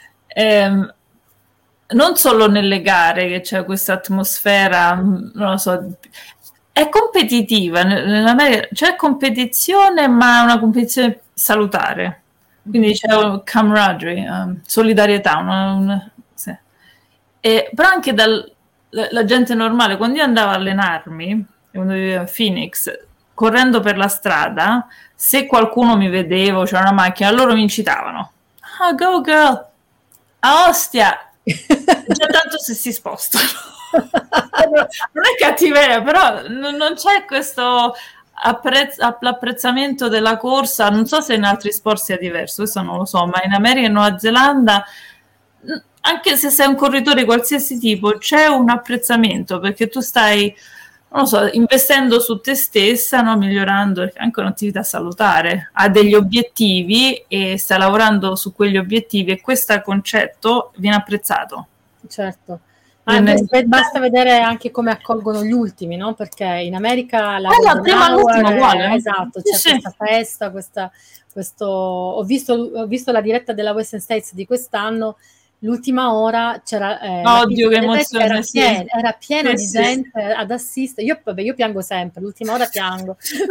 Non solo nelle gare, che c'è questa atmosfera, non lo so, è competitiva. Nell'America c'è competizione, ma è una competizione salutare. Quindi c'è un camaraderie, solidarietà, sì. Però anche la gente normale, quando io andavo a allenarmi, quando vivevo a Phoenix, correndo per la strada, se qualcuno mi vedeva, c'era una macchina, loro mi incitavano. Oh, go girl! A Ostia! Già tanto se si spostano. Non è cattiveria, però non c'è questo l'apprezzamento della corsa. Non so se in altri sport sia diverso, questo non lo so, ma in America e Nuova Zelanda, anche se sei un corridore di qualsiasi tipo, c'è un apprezzamento, perché tu stai, non lo so, investendo su te stessa, no? Migliorando, è anche un'attività salutare, ha degli obiettivi e stai lavorando su quegli obiettivi, e questo concetto viene apprezzato. Certo. Basta vedere anche come accolgono gli ultimi, no? Perché in America la prima all'ultima uguale. Esatto, c'è questa festa, questo ho visto la diretta della Western States di quest'anno. L'ultima ora c'era oddio, che emozione, era pieno di gente ad assistere. Io piango sempre, l'ultima ora piango.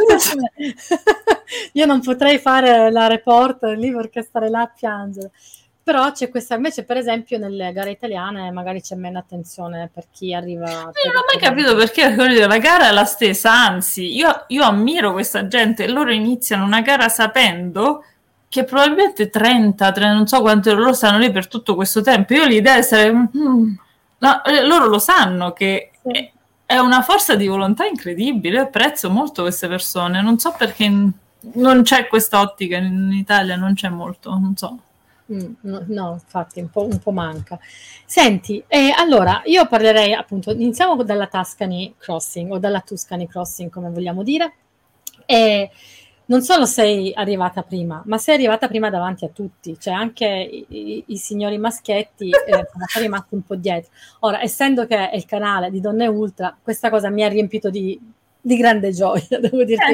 Io non potrei fare la reporter lì perché stare là a piangere. Però c'è questa, invece per esempio nelle gare italiane magari c'è meno attenzione per chi arriva. Io non ho mai capito perché la gara è la stessa, anzi io ammiro questa gente, loro iniziano una gara sapendo che probabilmente 30, non so quante loro stanno lì per tutto questo tempo. Io l'idea è stare no, loro lo sanno che è una forza di volontà incredibile. Io apprezzo molto queste persone, non so perché non c'è questa ottica in Italia, non c'è molto, non so. No, infatti un po' manca. Senti, allora io parlerei appunto, iniziamo dalla Tuscany Crossing o dalla Tuscany Crossing, come vogliamo dire. Non solo sei arrivata prima, ma sei arrivata prima davanti a tutti, cioè anche i signori maschietti sono rimasti un po' dietro. Ora, essendo che è il canale di Donne Ultra, questa cosa mi ha riempito di grande gioia, devo dirti.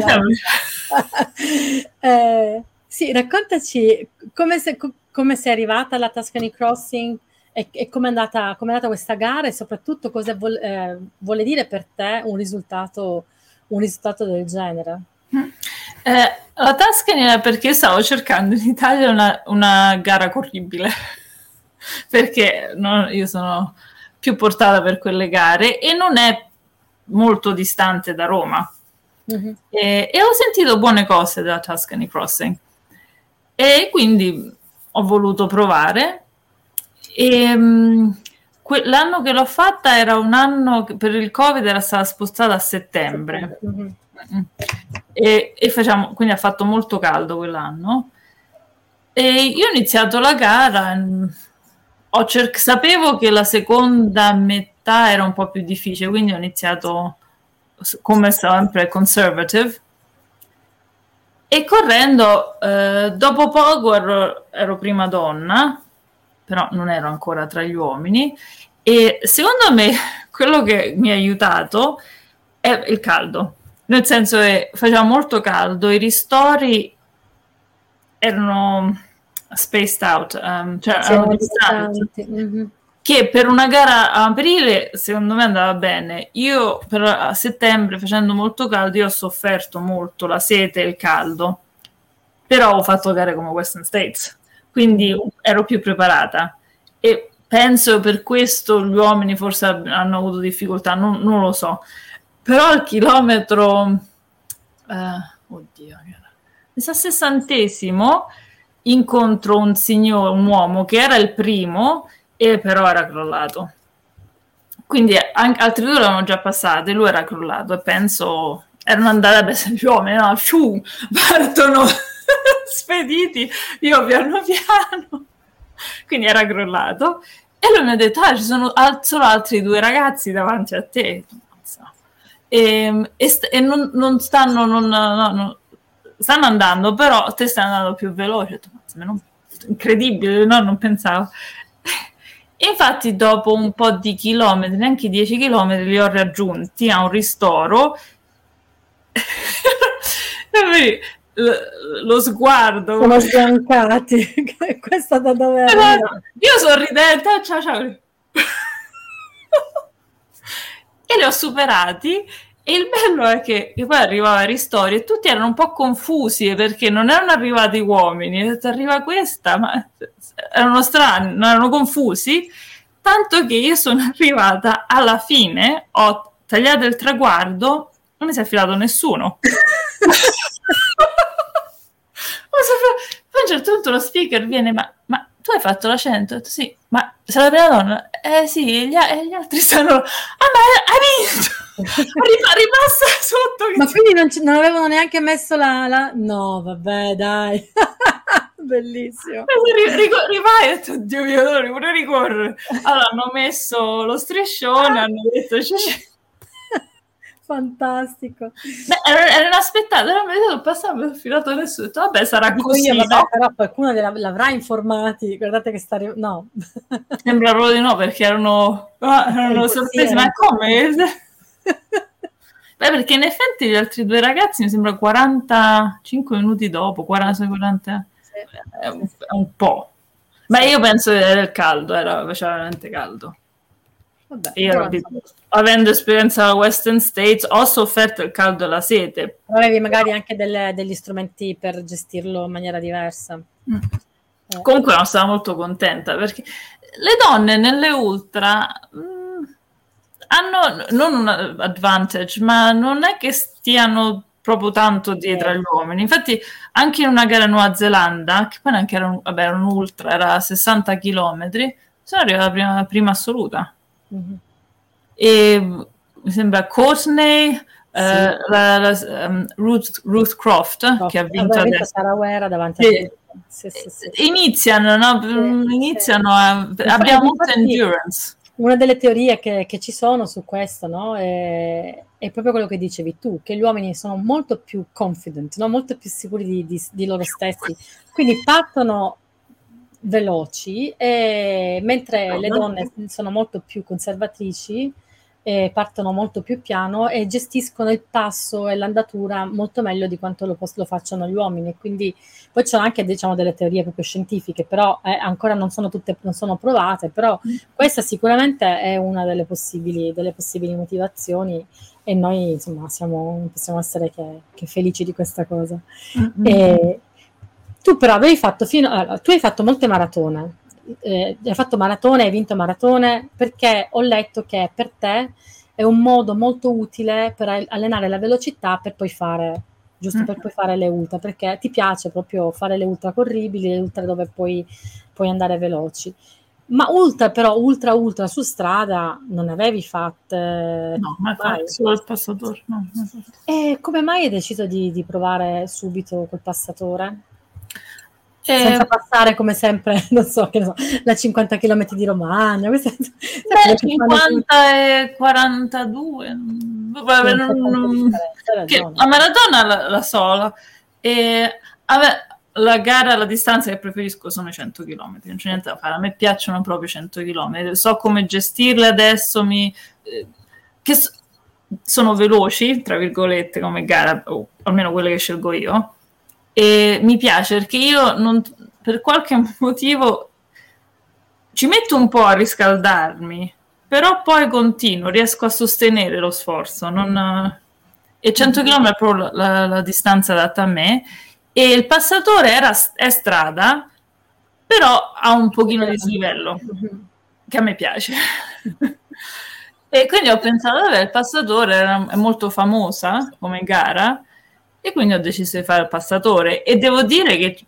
Sì, raccontaci come sei arrivata alla Tuscany Crossing e come è andata questa gara, e soprattutto cosa vuole dire per te un risultato del genere. La Tuscany è perché stavo cercando in Italia una gara corribile, perché io sono più portata per quelle gare e non è molto distante da Roma. Mm-hmm. E ho sentito buone cose della Tuscany Crossing e quindi ho voluto provare. L'anno che l'ho fatta era un anno che per il Covid era stata spostata a settembre. Mm-hmm. E quindi ha fatto molto caldo quell'anno, e io ho iniziato la gara, sapevo che la seconda metà era un po' più difficile, quindi ho iniziato come sempre conservative, e correndo, dopo poco ero prima donna, però non ero ancora tra gli uomini, e secondo me quello che mi ha aiutato è il caldo, nel senso che faceva molto caldo, i ristori erano spaced out, cioè erano distanti, che per una gara a aprile secondo me andava bene. Io a settembre, facendo molto caldo, io ho sofferto molto la sete e il caldo, però ho fatto gare come Western States, quindi ero più preparata, e penso per questo gli uomini forse hanno avuto difficoltà, non lo so, però al chilometro il 60° incontro un uomo che era il primo e però era crollato, quindi altri due l'hanno già passato e lui era crollato, e penso erano andati a vedere gli uomini, no? Partono spediti, io piano piano, quindi era crollato, e lui mi ha detto ci sono solo altri 2 ragazzi davanti a te, e non stanno stanno andando, però te stai andando più veloce. Incredibile, no? Non pensavo. E infatti dopo un po' di chilometri, neanche 10 chilometri, li ho raggiunti a un ristoro. Lo sguardo, sono sbiancati. Questa da dove arriva? Io sorridente, ciao. E li ho superati, e il bello è che poi arrivava Ristori e tutti erano un po' confusi perché non erano arrivati uomini, arriva questa, ma erano strani, non erano confusi, tanto che io sono arrivata alla fine, ho tagliato il traguardo, non mi si è affilato nessuno. Poi a un certo punto lo speaker viene, ma tu hai fatto la 100? Ho detto, sì, ma sei la prima donna? Sì, gli altri stanno, ma hai vinto! Rimasta sotto. Ma quindi non avevano neanche messo la... No, vabbè, dai. Bellissimo. Rivai, ho detto, Dio mio, non vorrei ricorrere. Allora hanno messo lo striscione, hanno detto... Fantastico. Beh, era inaspettato, era venuto passato, mi ho filato nessuno, ho detto, vabbè, sarà così. Io, vabbè, però qualcuno l'avrà informati, guardate che sta no. Sembra proprio di no, perché erano sorpresi, ma come? Beh, perché in effetti gli altri 2 ragazzi mi sembra 45 minuti dopo, 40, è un po'. Ma io penso che era il caldo, faceva veramente caldo. Vabbè, io avendo esperienza alla Western States ho sofferto il caldo e la sete. Avevi magari anche degli strumenti per gestirlo in maniera diversa. Comunque non stavo molto contenta perché le donne nelle ultra hanno non un advantage, ma non è che stiano proprio tanto dietro agli uomini. Infatti anche in una gara in Nuova Zelanda, che poi neanche era un ultra, era 60 chilometri, sono arrivata prima assoluta. E mi sembra Courtney, Ruth Croft, che ha vinto adesso. Sarah Ware davanti a te. Sì. Iniziano, no? Abbiamo molta endurance. Una delle teorie che ci sono su questo, no? È proprio quello che dicevi tu, che gli uomini sono molto più confident, no? Molto più sicuri di loro stessi, quindi partono veloci, mentre le donne sono molto più conservatrici, partono molto più piano e gestiscono il passo e l'andatura molto meglio di quanto lo facciano gli uomini. Quindi poi c'è anche, diciamo, delle teorie proprio scientifiche, però ancora non sono provate, però questa sicuramente è una delle possibili motivazioni, e noi insomma possiamo essere che felici di questa cosa. Tu però tu hai fatto molte maratone, hai fatto maratone, hai vinto maratone, perché ho letto che per te è un modo molto utile per allenare la velocità per poi fare le ultra, perché ti piace proprio fare le ultra corribili, le ultra dove puoi andare veloci. Ma ultra su strada non avevi fatte? No, ma solo il passatore. No. E come mai hai deciso di provare subito col passatore? Senza passare come sempre, non so, la 50 km di Romagna. 50 e 42. vabbè, a maratona la so, e la gara, la distanza che preferisco sono i 100 km, non c'è niente da fare, a me piacciono proprio 100 km, so come gestirle adesso, che sono veloci, tra virgolette, come gara, o almeno quelle che scelgo io, e mi piace perché io per qualche motivo ci metto un po' a riscaldarmi, però poi continuo, riesco a sostenere lo sforzo, e 100 km è proprio la distanza adatta a me, e il passatore è strada, però ha un pochino di dislivello, che a me piace. E quindi ho pensato, vabbè, il passatore è molto famosa come gara, e quindi ho deciso di fare il passatore, e devo dire che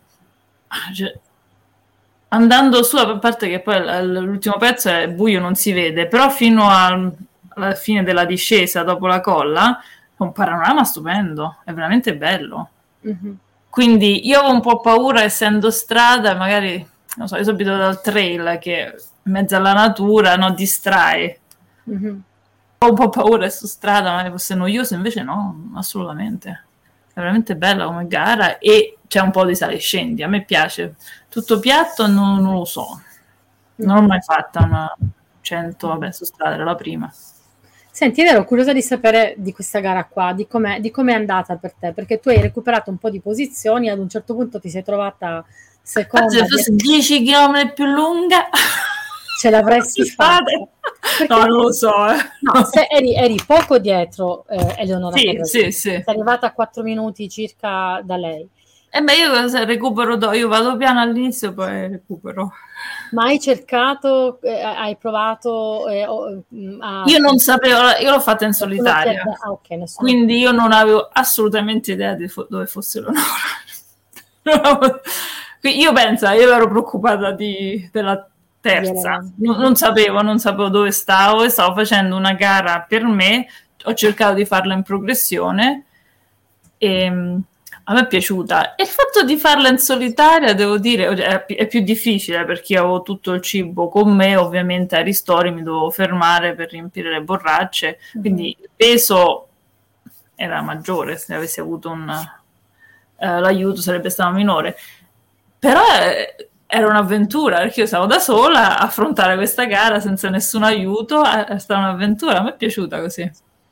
andando su, a parte che poi l'ultimo pezzo è buio, non si vede, però fino alla fine della discesa, dopo la colla, è un panorama stupendo, è veramente bello. Quindi io avevo un po' paura, essendo strada, magari, non so, io sono abituata dal trail, che in mezzo alla natura, no, distrae. Ho un po' paura su strada, magari fosse noioso, invece no, assolutamente. È veramente bella come gara, e c'è un po' di sali e scendi, a me piace. Tutto piatto non lo so, non l'ho mai fatta una 100, vabbè, su strada era la prima. Senti, ero curiosa di sapere di questa gara qua, di com'è è andata per te, perché tu hai recuperato un po' di posizioni, ad un certo punto ti sei trovata seconda. Se fosse 10 km più lunga, ce l'avresti fatta. No, non lo so. No, se eri poco dietro Eleonora. Sì. Sei arrivata a 4 minuti circa da lei. Io recupero, io vado piano all'inizio, poi recupero. Ma hai cercato, hai provato Io non sapevo, io l'ho fatta in solitaria, quindi io non avevo assolutamente idea di dove fosse Leonora. Io penso, io ero preoccupata della terza, non sapevo dove stavo, e stavo facendo una gara per me, ho cercato di farla in progressione, e a me è piaciuta, e il fatto di farla in solitaria, devo dire, è più difficile, perché io avevo tutto il cibo con me, ovviamente ai ristori mi dovevo fermare per riempire le borracce, quindi il peso era maggiore, se avessi avuto l'aiuto sarebbe stato minore, però era un'avventura, perché io stavo da sola a affrontare questa gara senza nessun aiuto, è stata un'avventura, a me è piaciuta così.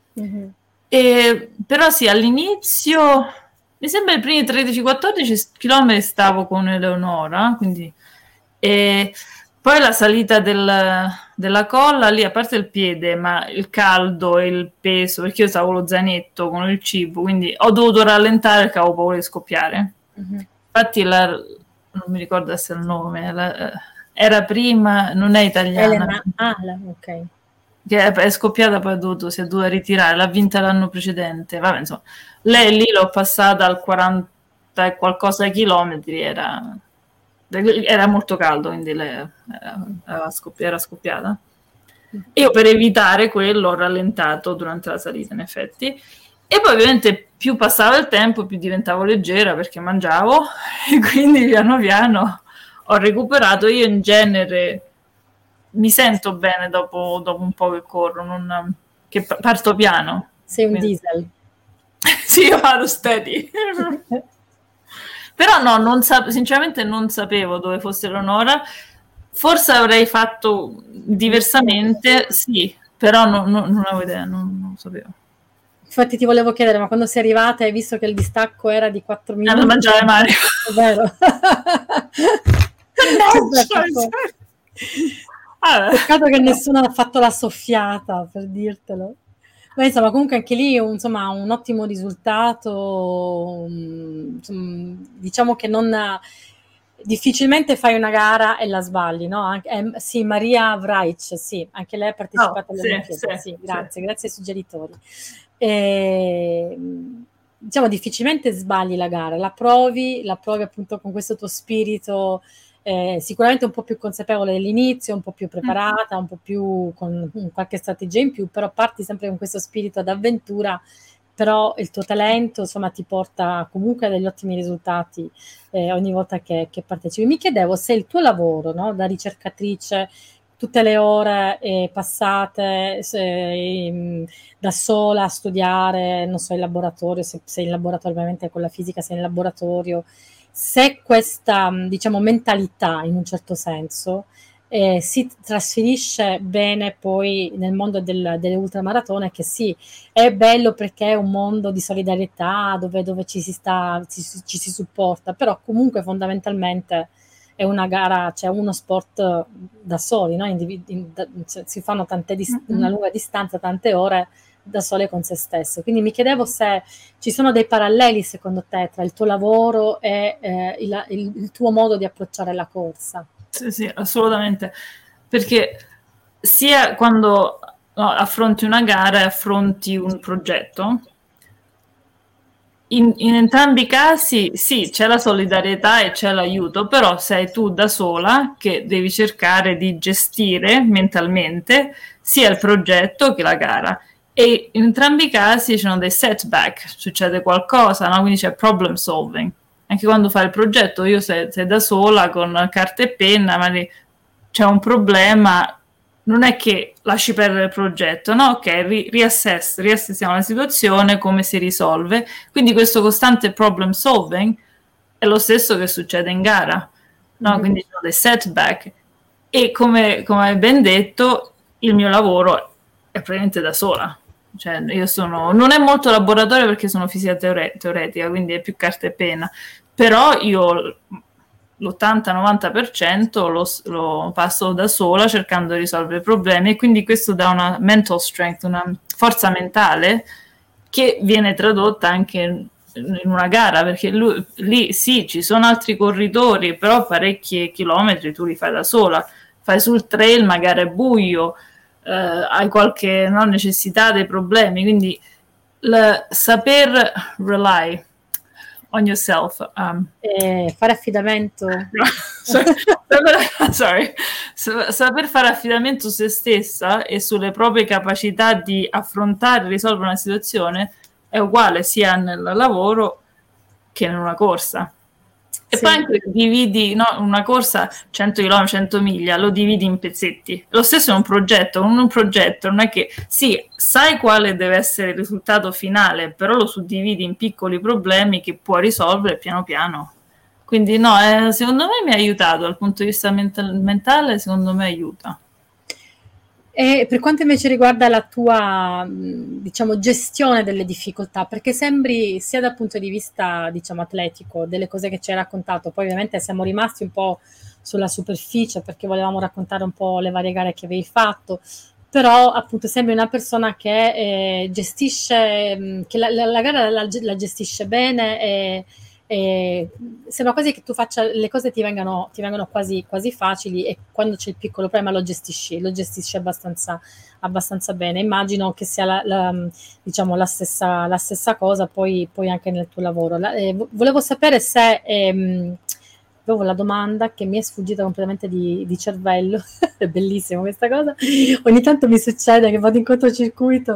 Però sì, all'inizio mi sembra i primi 13-14 km stavo con Eleonora, quindi, e poi la salita della colla, lì, a parte il piede, ma il caldo e il peso, perché io stavo con lo zainetto, con il cibo, quindi ho dovuto rallentare perché avevo paura di scoppiare. Infatti non mi ricordo adesso il nome, era prima, non è italiana. Ok. Che è scoppiata, poi si è dovuta ritirare, l'ha vinta l'anno precedente, vabbè, insomma, lei lì l'ho passata al 40 e qualcosa chilometri, era molto caldo, quindi lei era scoppiata. Io, per evitare quello, ho rallentato durante la salita, in effetti, e poi ovviamente più passava il tempo più diventavo leggera, perché mangiavo, e quindi piano piano ho recuperato. Io in genere mi sento bene dopo un po' che corro, che parto piano. Sei un diesel. Sì, io vado steady. Però no, sinceramente non sapevo dove fosse Leonora. Forse avrei fatto diversamente, sì, però non avevo idea, non sapevo. Infatti ti volevo chiedere, ma quando sei arrivata e hai visto che il distacco era di 4 minuti? Da mangiare Mario. È vero. Peccato che nessuno ha fatto la soffiata, per dirtelo. Ma insomma, comunque anche lì un ottimo risultato. Diciamo che difficilmente fai una gara e la sbagli, no? Sì, Maria Vraic, sì, anche lei ha partecipato alle Olimpiadi. Sì, grazie ai suggeritori. Diciamo, difficilmente sbagli la gara, la provi appunto con questo tuo spirito, sicuramente un po' più consapevole dell'inizio, un po' più preparata, un po' più con qualche strategia in più, però parti sempre con questo spirito d'avventura, però il tuo talento, insomma, ti porta comunque a degli ottimi risultati ogni volta che partecipi. Mi chiedevo se il tuo lavoro, no, da ricercatrice, tutte le ore passate da sola a studiare, non so, in laboratorio, se sei in laboratorio, ovviamente con la fisica sei in laboratorio, se questa, diciamo, mentalità in un certo senso si trasferisce bene poi nel mondo delle ultramaratone, che sì, è bello perché è un mondo di solidarietà dove ci si supporta, però comunque fondamentalmente è una gara, cioè uno sport da soli, no? Si fanno una lunga distanza, tante ore da sole con se stesso. Quindi mi chiedevo se ci sono dei paralleli secondo te tra il tuo lavoro e il tuo modo di approcciare la corsa. Sì, assolutamente, perché sia quando affronti una gara e affronti un progetto, in entrambi i casi sì, c'è la solidarietà e c'è l'aiuto, però sei tu da sola che devi cercare di gestire mentalmente sia il progetto che la gara. E in entrambi i casi ci sono dei setback, succede qualcosa, no? Quindi c'è problem solving. Anche quando fai il progetto, sei da sola con carta e penna, magari c'è un problema, non è che lasci perdere il progetto, no? Ok, riassessiamo la situazione, come si risolve. Quindi questo costante problem solving è lo stesso che succede in gara, no? Quindi ci sono dei setback. E come hai ben detto, il mio lavoro è praticamente da sola. Cioè, non è molto laboratorio perché sono fisica teoretica, quindi è più carta e penna, però io l'80-90% lo passo da sola cercando di risolvere problemi, e quindi questo dà una mental strength, una forza mentale che viene tradotta anche in una gara, perché lì sì, ci sono altri corritori, però parecchi chilometri tu li fai da sola, fai sul trail, magari è buio, hai qualche necessità, dei problemi, quindi saper rely on yourself, fare affidamento saper fare affidamento su se stessa e sulle proprie capacità di affrontare e risolvere una situazione è uguale sia nel lavoro che in una corsa. E sì. Poi anche dividi una corsa 100 km, 100 miglia, lo dividi in pezzetti. Lo stesso è un progetto non è che sì, sai quale deve essere il risultato finale, però lo suddividi in piccoli problemi che puoi risolvere piano piano. Quindi secondo me mi ha aiutato dal punto di vista mentale, secondo me aiuta. E per quanto invece riguarda la tua, diciamo, gestione delle difficoltà, perché sembri sia dal punto di vista, diciamo, atletico, delle cose che ci hai raccontato, poi ovviamente siamo rimasti un po' sulla superficie perché volevamo raccontare un po' le varie gare che avevi fatto, però appunto sembri una persona che gestisce, che la gara la gestisce bene e sembra quasi che tu faccia le cose ti vengano quasi facili, e quando c'è il piccolo problema lo gestisci abbastanza bene. Immagino che sia diciamo la stessa cosa poi anche nel tuo lavoro. Volevo sapere se avevo la domanda che mi è sfuggita completamente di cervello. È bellissimo questa cosa, ogni tanto mi succede che vado in cortocircuito.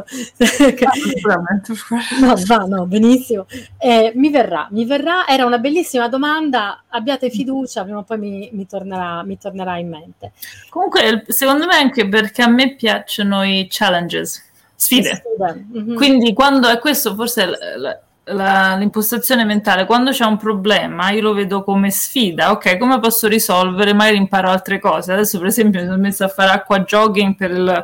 No, benissimo. Mi verrà, era una bellissima domanda, abbiate fiducia, prima o poi mi tornerà in mente. Comunque secondo me anche perché a me piacciono i challenges, sfide. Mm-hmm. Quindi quando è questo forse l'impostazione mentale, quando c'è un problema io lo vedo come sfida, ok, come posso risolvere, magari imparo altre cose. Adesso per esempio mi sono messa a fare acqua jogging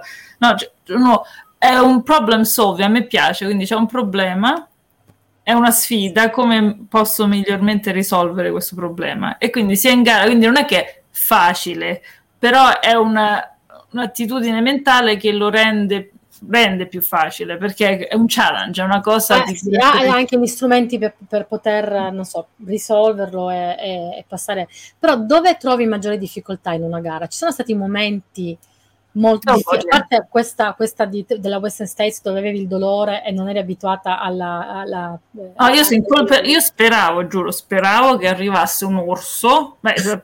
è un problem solving, a me piace, quindi c'è un problema, è una sfida, come posso migliormente risolvere questo problema, e quindi sia in gara, quindi non è che è facile, però è un'attitudine mentale che lo rende più facile, perché è un challenge, è una cosa hai anche gli strumenti per poter, non so, risolverlo e passare. Però dove trovi maggiore difficoltà in una gara? Ci sono stati momenti molto difficili, a parte questa della Western States dove avevi il dolore e non eri abituata io speravo che arrivasse un orso,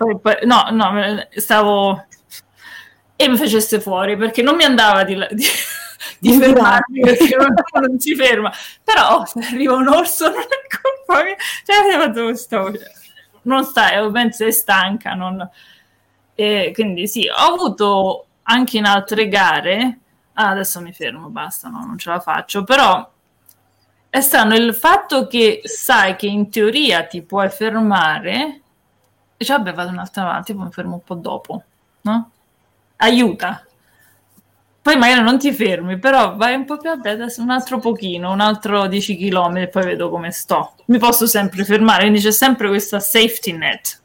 e mi facesse fuori, perché non mi andava di fermarmi, perché non si ferma, però se arriva un orso non è colpa mia, non stai, penso sei stanca, e quindi sì, ho avuto anche in altre gare, adesso mi fermo, basta, no, non ce la faccio, però è strano il fatto che sai che in teoria ti puoi fermare e dici, vabbè, vado un'altra avanti, poi mi fermo un po' dopo, no? Aiuta. Poi magari non ti fermi, però vai un po' più, vabbè, adesso un altro pochino, un altro 10 km e poi vedo come sto. Mi posso sempre fermare, quindi c'è sempre questa safety net.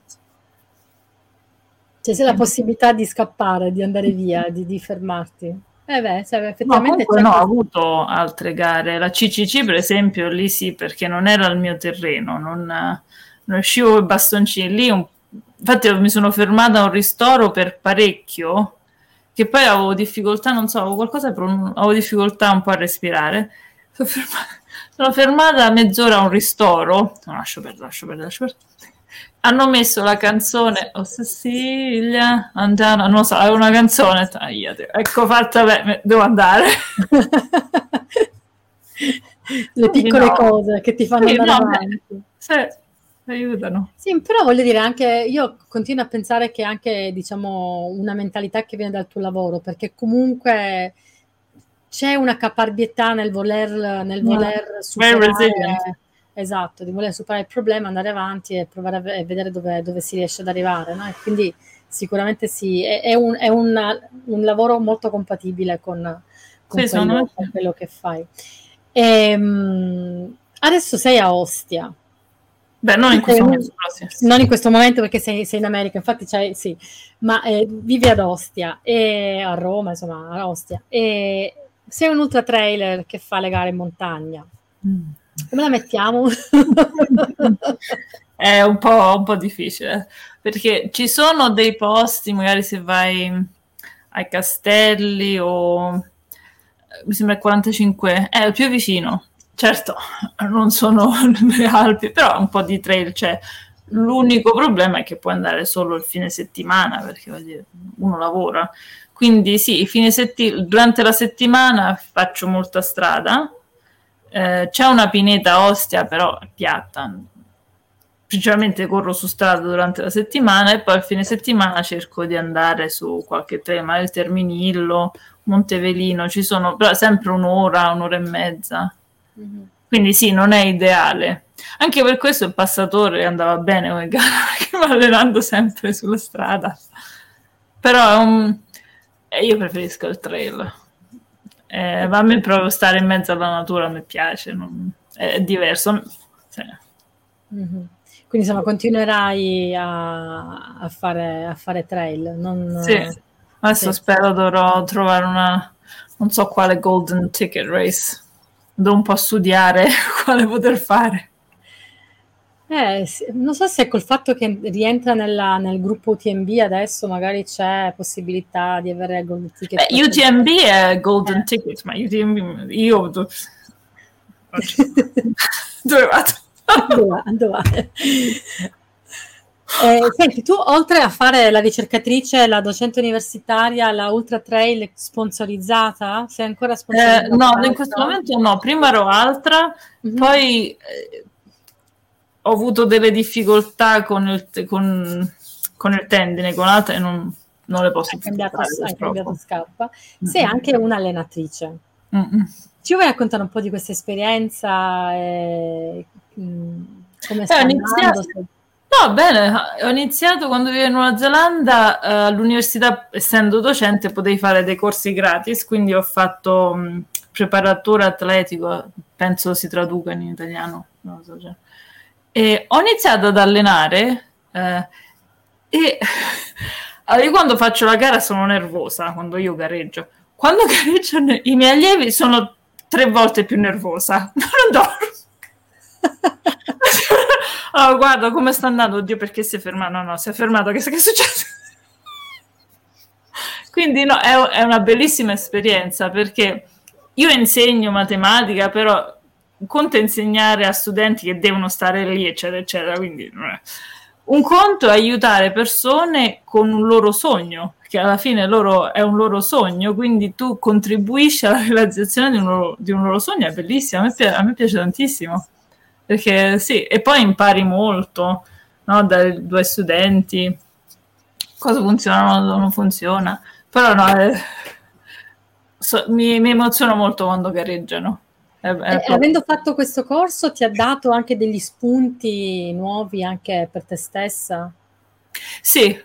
C'è la possibilità di scappare, di andare via, di fermarti. Effettivamente comunque no, ho avuto altre gare. La CCC, per esempio, lì sì, perché non era il mio terreno, non riuscivo con i bastoncini. Lì infatti mi sono fermata a un ristoro per parecchio, che poi avevo difficoltà, non so, avevo difficoltà un po' a respirare. Sono fermata mezz'ora a un ristoro. No, lascio perdere. Hanno messo la canzone Oh Cecilia, non lo so, è una canzone, ecco fatta, devo andare. Le piccole cose che ti fanno andare avanti. Sì, aiutano. Sì, però voglio dire, anche io continuo a pensare che anche, diciamo, una mentalità che viene dal tuo lavoro, perché comunque c'è una caparbietà nel voler superare. Esatto, di voler superare il problema, andare avanti e provare a vedere dove si riesce ad arrivare, no? E quindi sicuramente sì, è un lavoro molto compatibile con quello che fai. Adesso sei a Ostia. Beh, non in questo momento. Non in questo momento perché sei in America, infatti sì, ma vivi ad Ostia, e a Roma, insomma, a Ostia, e sei un ultra trailer che fa le gare in montagna. Come la mettiamo? È un po' difficile, perché ci sono dei posti, magari se vai ai Castelli o mi sembra il 45, è il più vicino. Certo, non sono le Alpi, però un po' di trail c'è. L'unico problema è che puoi andare solo il fine settimana, perché vuol dire, uno lavora. Quindi sì, durante la settimana faccio molta strada. C'è una pineta a Ostia, però è piatta. Principalmente corro su strada durante la settimana e poi al fine settimana cerco di andare su qualche trail, magari il Terminillo, Montevelino, ci sono però sempre un'ora e mezza. Mm-hmm. Quindi sì, non è ideale. Anche per questo il passatore andava bene come gara, perché va allenando sempre sulla strada. Però io preferisco il trail. A me proprio stare in mezzo alla natura mi piace, è diverso. Sì. Mm-hmm. Quindi insomma continuerai a fare trail. Sì, adesso spero dovrò trovare non so quale golden ticket race. Devo un po' studiare quale poter fare. Non so se col fatto che rientra nel gruppo UTMB adesso magari c'è possibilità di avere il golden ticket. UTMB è golden ticket, ma UTMB io dove vado? Dove senti, tu oltre a fare la ricercatrice, la docente universitaria, la ultra trail sponsorizzata, sei ancora sponsorizzata? No, in questo momento no, prima ero altra, poi ho avuto delle difficoltà con il tendine, con altre e non le posso più fare. Hai cambiato scarpa. Sei anche un'allenatrice. Ci vuoi raccontare un po' di questa esperienza? Come sta andando? No, bene, ho iniziato quando vivevo in Nuova Zelanda, all'università, essendo docente, potevi fare dei corsi gratis, quindi ho fatto preparatore atletico, penso si traduca in italiano, non lo so, cioè. E ho iniziato ad allenare e allora, io quando faccio la gara sono nervosa, quando io gareggio. Quando gareggio i miei allievi sono 3 volte più nervosa, non dormo. Oh, guarda come sta andando, oddio, perché si è fermato? No, si è fermato, che è successo? Quindi no, è una bellissima esperienza, perché io insegno matematica, però conto è insegnare a studenti che devono stare lì, eccetera, eccetera, quindi un conto è aiutare persone con un loro sogno, che alla fine è un loro sogno, quindi tu contribuisci alla realizzazione di un loro sogno, è bellissimo, a me piace tantissimo. Perché sì, e poi impari molto, no? Dai 2 studenti, cosa funziona, cosa non funziona. Però no, mi emoziono molto quando gareggiano. Avendo fatto questo corso, ti ha dato anche degli spunti nuovi anche per te stessa? Sì.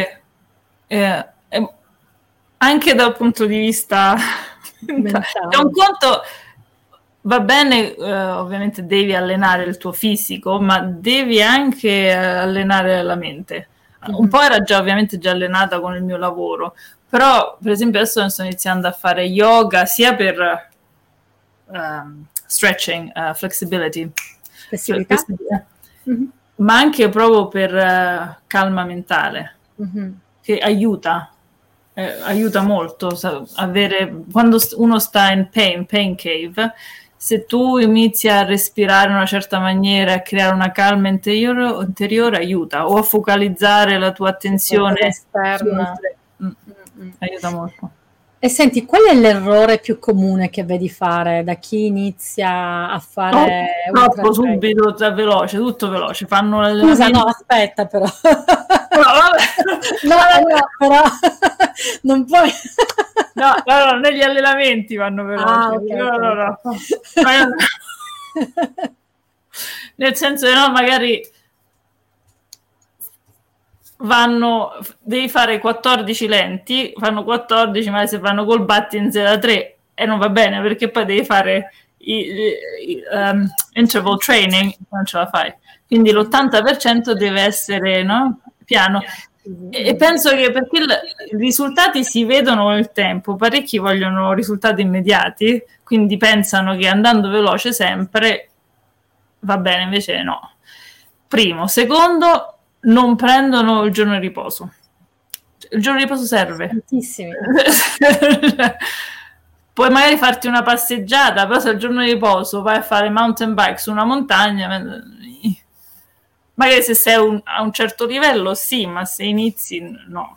Anche dal punto di vista mentale. È un conto, va bene, ovviamente devi allenare il tuo fisico, ma devi anche allenare la mente. Un po' era ovviamente già allenata con il mio lavoro, però per esempio adesso sto iniziando a fare yoga sia per stretching, flessibility, ma anche proprio per calma mentale, che aiuta molto quando uno sta in pain cave. Se tu inizi a respirare in una certa maniera, a creare una calma interiore aiuta, o a focalizzare la tua attenzione esterna. Aiuta molto. E senti, qual è l'errore più comune che vedi fare da chi inizia a fare troppo subito, veloce, tutto veloce, fanno Scusa, no, aspetta però. No, vabbè. No, però non puoi. No, negli allenamenti vanno veloci. No. Nel senso che no, magari devi fare 14 lenti, fanno 14, ma se vanno col Buttons da 3 e non va bene, perché poi devi fare interval training, non ce la fai. Quindi l'80% deve essere piano. E penso che perché i risultati si vedono nel tempo, parecchi vogliono risultati immediati, quindi pensano che andando veloce sempre va bene, invece no. Primo. Secondo, non prendono il giorno di riposo. Il giorno di riposo serve. Tantissimi. Puoi magari farti una passeggiata, però se il giorno di riposo vai a fare mountain bike su una montagna, magari se sei a un certo livello sì, ma se inizi no.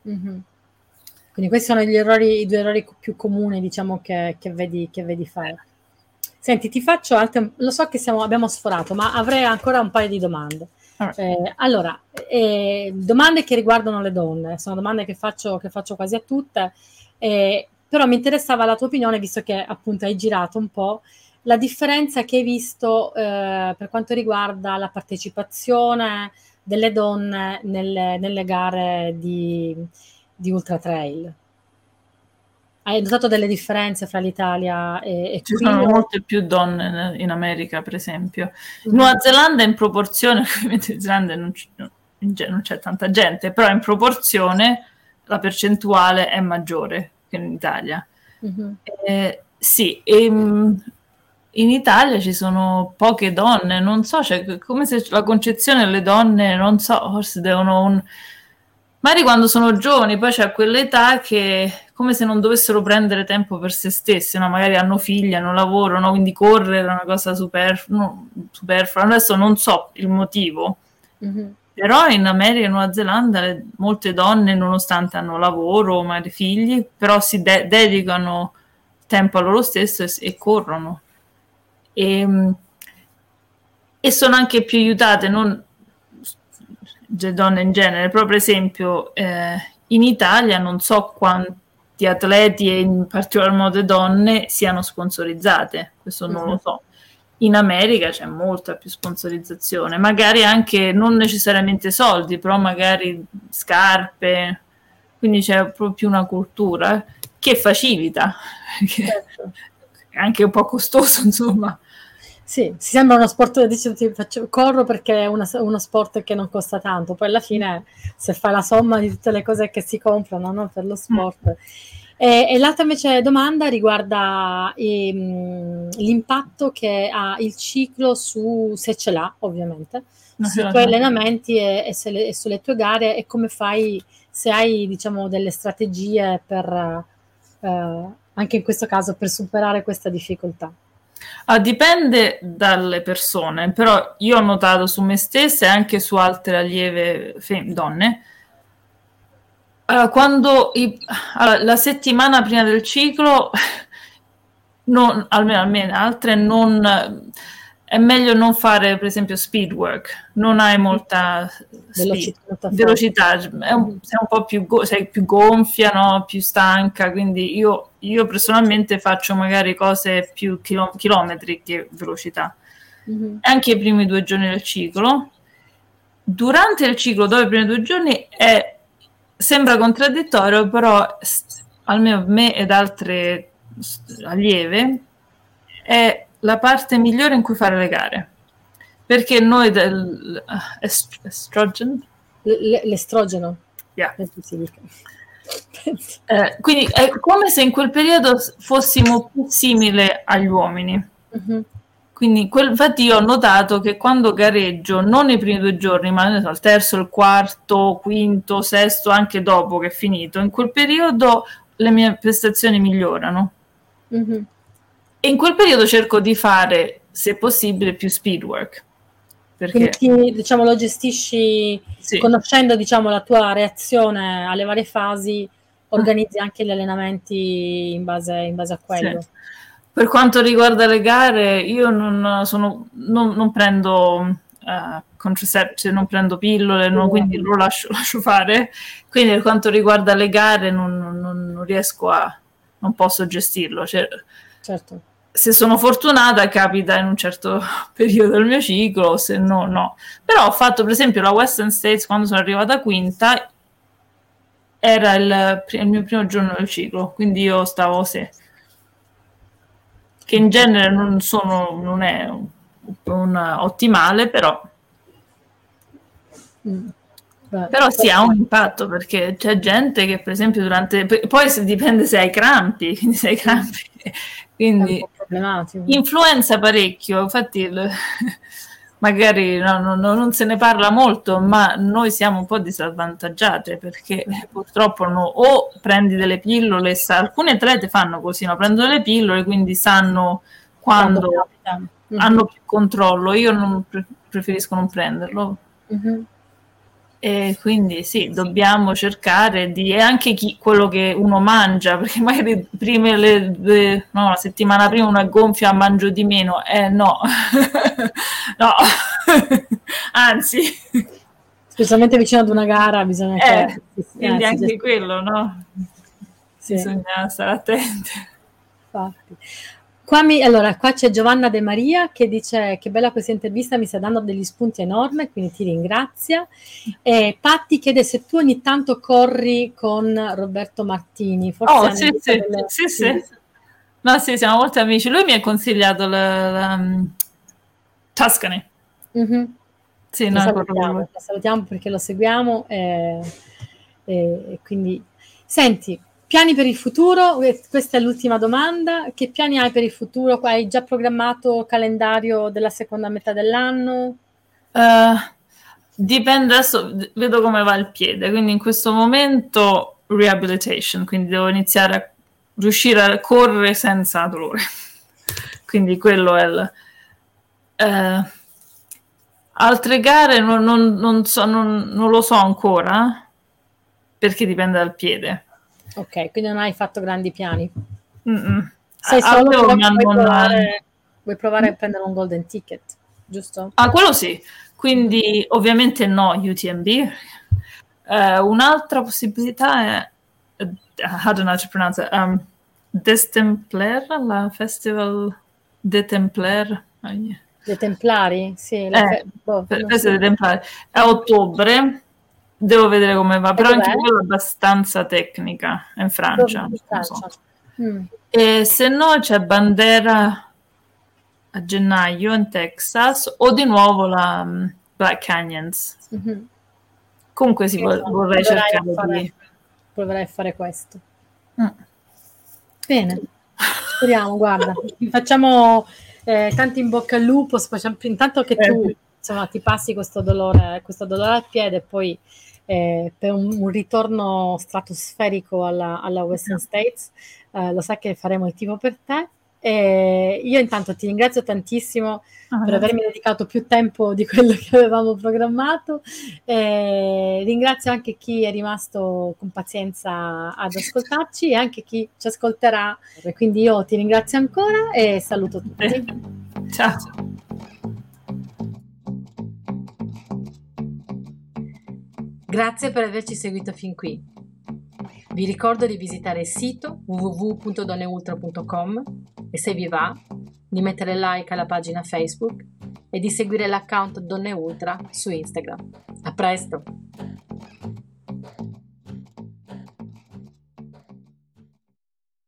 Quindi questi sono i due errori più comuni, diciamo, che vedi fare. Senti, ti faccio lo so che abbiamo sforato, ma avrei ancora un paio di domande. Allora, domande che riguardano le donne, sono domande che faccio quasi a tutte, però mi interessava la tua opinione, visto che appunto hai girato un po', la differenza che hai visto per quanto riguarda la partecipazione delle donne nelle gare di ultra trail. Hai notato delle differenze fra l'Italia e ci sono molte più donne in America, per esempio. In Nuova Zelanda in proporzione, ovviamente in Zelanda non c'è tanta gente, però in proporzione la percentuale è maggiore che in Italia. Sì, in Italia ci sono poche donne, non so, cioè, come se la concezione delle donne, non so, forse devono magari quando sono giovani, poi c'è quell'età che come se non dovessero prendere tempo per se stesse, no? Magari hanno figli, hanno lavoro, no? Quindi correre è una cosa superflua. Adesso non so il motivo, però in America e Nuova Zelanda molte donne, nonostante hanno lavoro, magari figli, però si dedicano tempo a loro stesse e corrono. E sono anche più aiutate, non donne in genere, però per esempio in Italia non so quanti atleti e in particolar modo donne siano sponsorizzate, questo non lo so. In America c'è molta più sponsorizzazione, magari anche non necessariamente soldi, però magari scarpe, quindi c'è proprio più una cultura che facilita, certo. È anche un po' costoso, insomma. Sì, si sembra uno sport, corro perché è uno sport che non costa tanto, poi alla fine se fai la somma di tutte le cose che si comprano, no, per lo sport. E l'altra invece domanda riguarda l'impatto che ha il ciclo se ce l'ha, ovviamente, sui tuoi allenamenti e sulle tue gare, e come fai, se hai, diciamo, delle strategie per, anche in questo caso, per superare questa difficoltà. Dipende dalle persone, però io ho notato su me stessa e anche su altre allieve donne, quando la settimana prima del ciclo, almeno altre, non è meglio non fare, per esempio, speed work, non hai molta velocità, sei un po' sei più gonfia, no? Più stanca, quindi io personalmente faccio magari cose più chilometri che velocità. Anche i primi 2 giorni del ciclo. Durante il ciclo, dopo i primi 2 giorni, sembra contraddittorio, però almeno me ed altre allieve è la parte migliore in cui fare le gare, perché noi l'estrogeno, yeah. Quindi è come se in quel periodo fossimo più simili agli uomini. Quindi infatti io ho notato che quando gareggio, non nei primi 2 giorni, ma al terzo, il quarto, quinto, sesto, anche dopo che è finito, in quel periodo le mie prestazioni migliorano. E in quel periodo cerco di fare, se possibile, più speed work. Perché quindi diciamo lo gestisci, sì, conoscendo diciamo la tua reazione alle varie fasi, organizzi anche gli allenamenti in base a quello. Sì. Per quanto riguarda le gare, io non prendo contraccettivi, non prendo pillole, quindi lo lascio fare. Quindi per quanto riguarda le gare non riesco non posso gestirlo. Certo. Se sono fortunata capita in un certo periodo del mio ciclo, se no, no. Però ho fatto per esempio la Western States quando sono arrivata quinta, era il mio primo giorno del ciclo, quindi io stavo che in genere non è un ottimale, però però sì, ha un impatto, perché c'è gente che per esempio poi dipende se hai crampi, quindi se hai crampi quindi influenza parecchio, infatti magari non se ne parla molto, ma noi siamo un po' disavvantaggiate, perché purtroppo o prendi delle pillole, alcuni atlete fanno così, prendono le pillole, quindi sanno quando hanno più controllo. Io preferisco non prenderlo. E quindi sì, dobbiamo cercare e anche quello che uno mangia, perché magari la settimana prima una gonfia, mangio di meno, no no anzi, specialmente vicino ad una gara bisogna quindi anche quello, no? Sì. Bisogna stare attenti. Infatti. Qua c'è Giovanna De Maria che dice: che bella questa intervista, mi sta dando degli spunti enormi, quindi ti ringrazia. E Patti chiede se tu ogni tanto corri con Roberto Martini. Forse sì. No, sì, siamo molti amici. Lui mi ha consigliato la Tuscany. Sì, la salutiamo perché lo seguiamo e quindi senti, piani per il futuro? Questa è l'ultima domanda. Che piani hai per il futuro? Hai già programmato il calendario della seconda metà dell'anno? Dipende, adesso vedo come va il piede, quindi in questo momento rehabilitation, quindi devo iniziare a riuscire a correre senza dolore. Quindi quello è altre gare non lo so ancora, perché dipende dal piede. Ok, quindi non hai fatto grandi piani. Sei solo vuoi provare a prendere un golden ticket, giusto? Quello sì. Quindi ovviamente no UTMB. Un'altra possibilità è how do I pronounce it? Destempler, la Festival de Templer. Dei Templari? Sì, Festival dei Templari. È a ottobre. Devo vedere come va, però anche quella è abbastanza tecnica, è in Francia. E se no c'è Bandera a gennaio in Texas, o di nuovo la Black Canyons. Comunque vorrei cercare proverai a fare questo. Bene, speriamo, guarda, facciamo tanto in bocca al lupo, intanto che tu insomma ti passi questo dolore al piede, e poi per un ritorno stratosferico alla Western States, lo sai che faremo il tifo per te. Io intanto ti ringrazio tantissimo per avermi dedicato più tempo di quello che avevamo programmato. Ringrazio anche chi è rimasto con pazienza ad ascoltarci e anche chi ci ascolterà. Quindi io ti ringrazio ancora e saluto tutti. Ciao. Grazie per averci seguito fin qui. Vi ricordo di visitare il sito www.donneultra.com e se vi va, di mettere like alla pagina Facebook e di seguire l'account Donne Ultra su Instagram. A presto!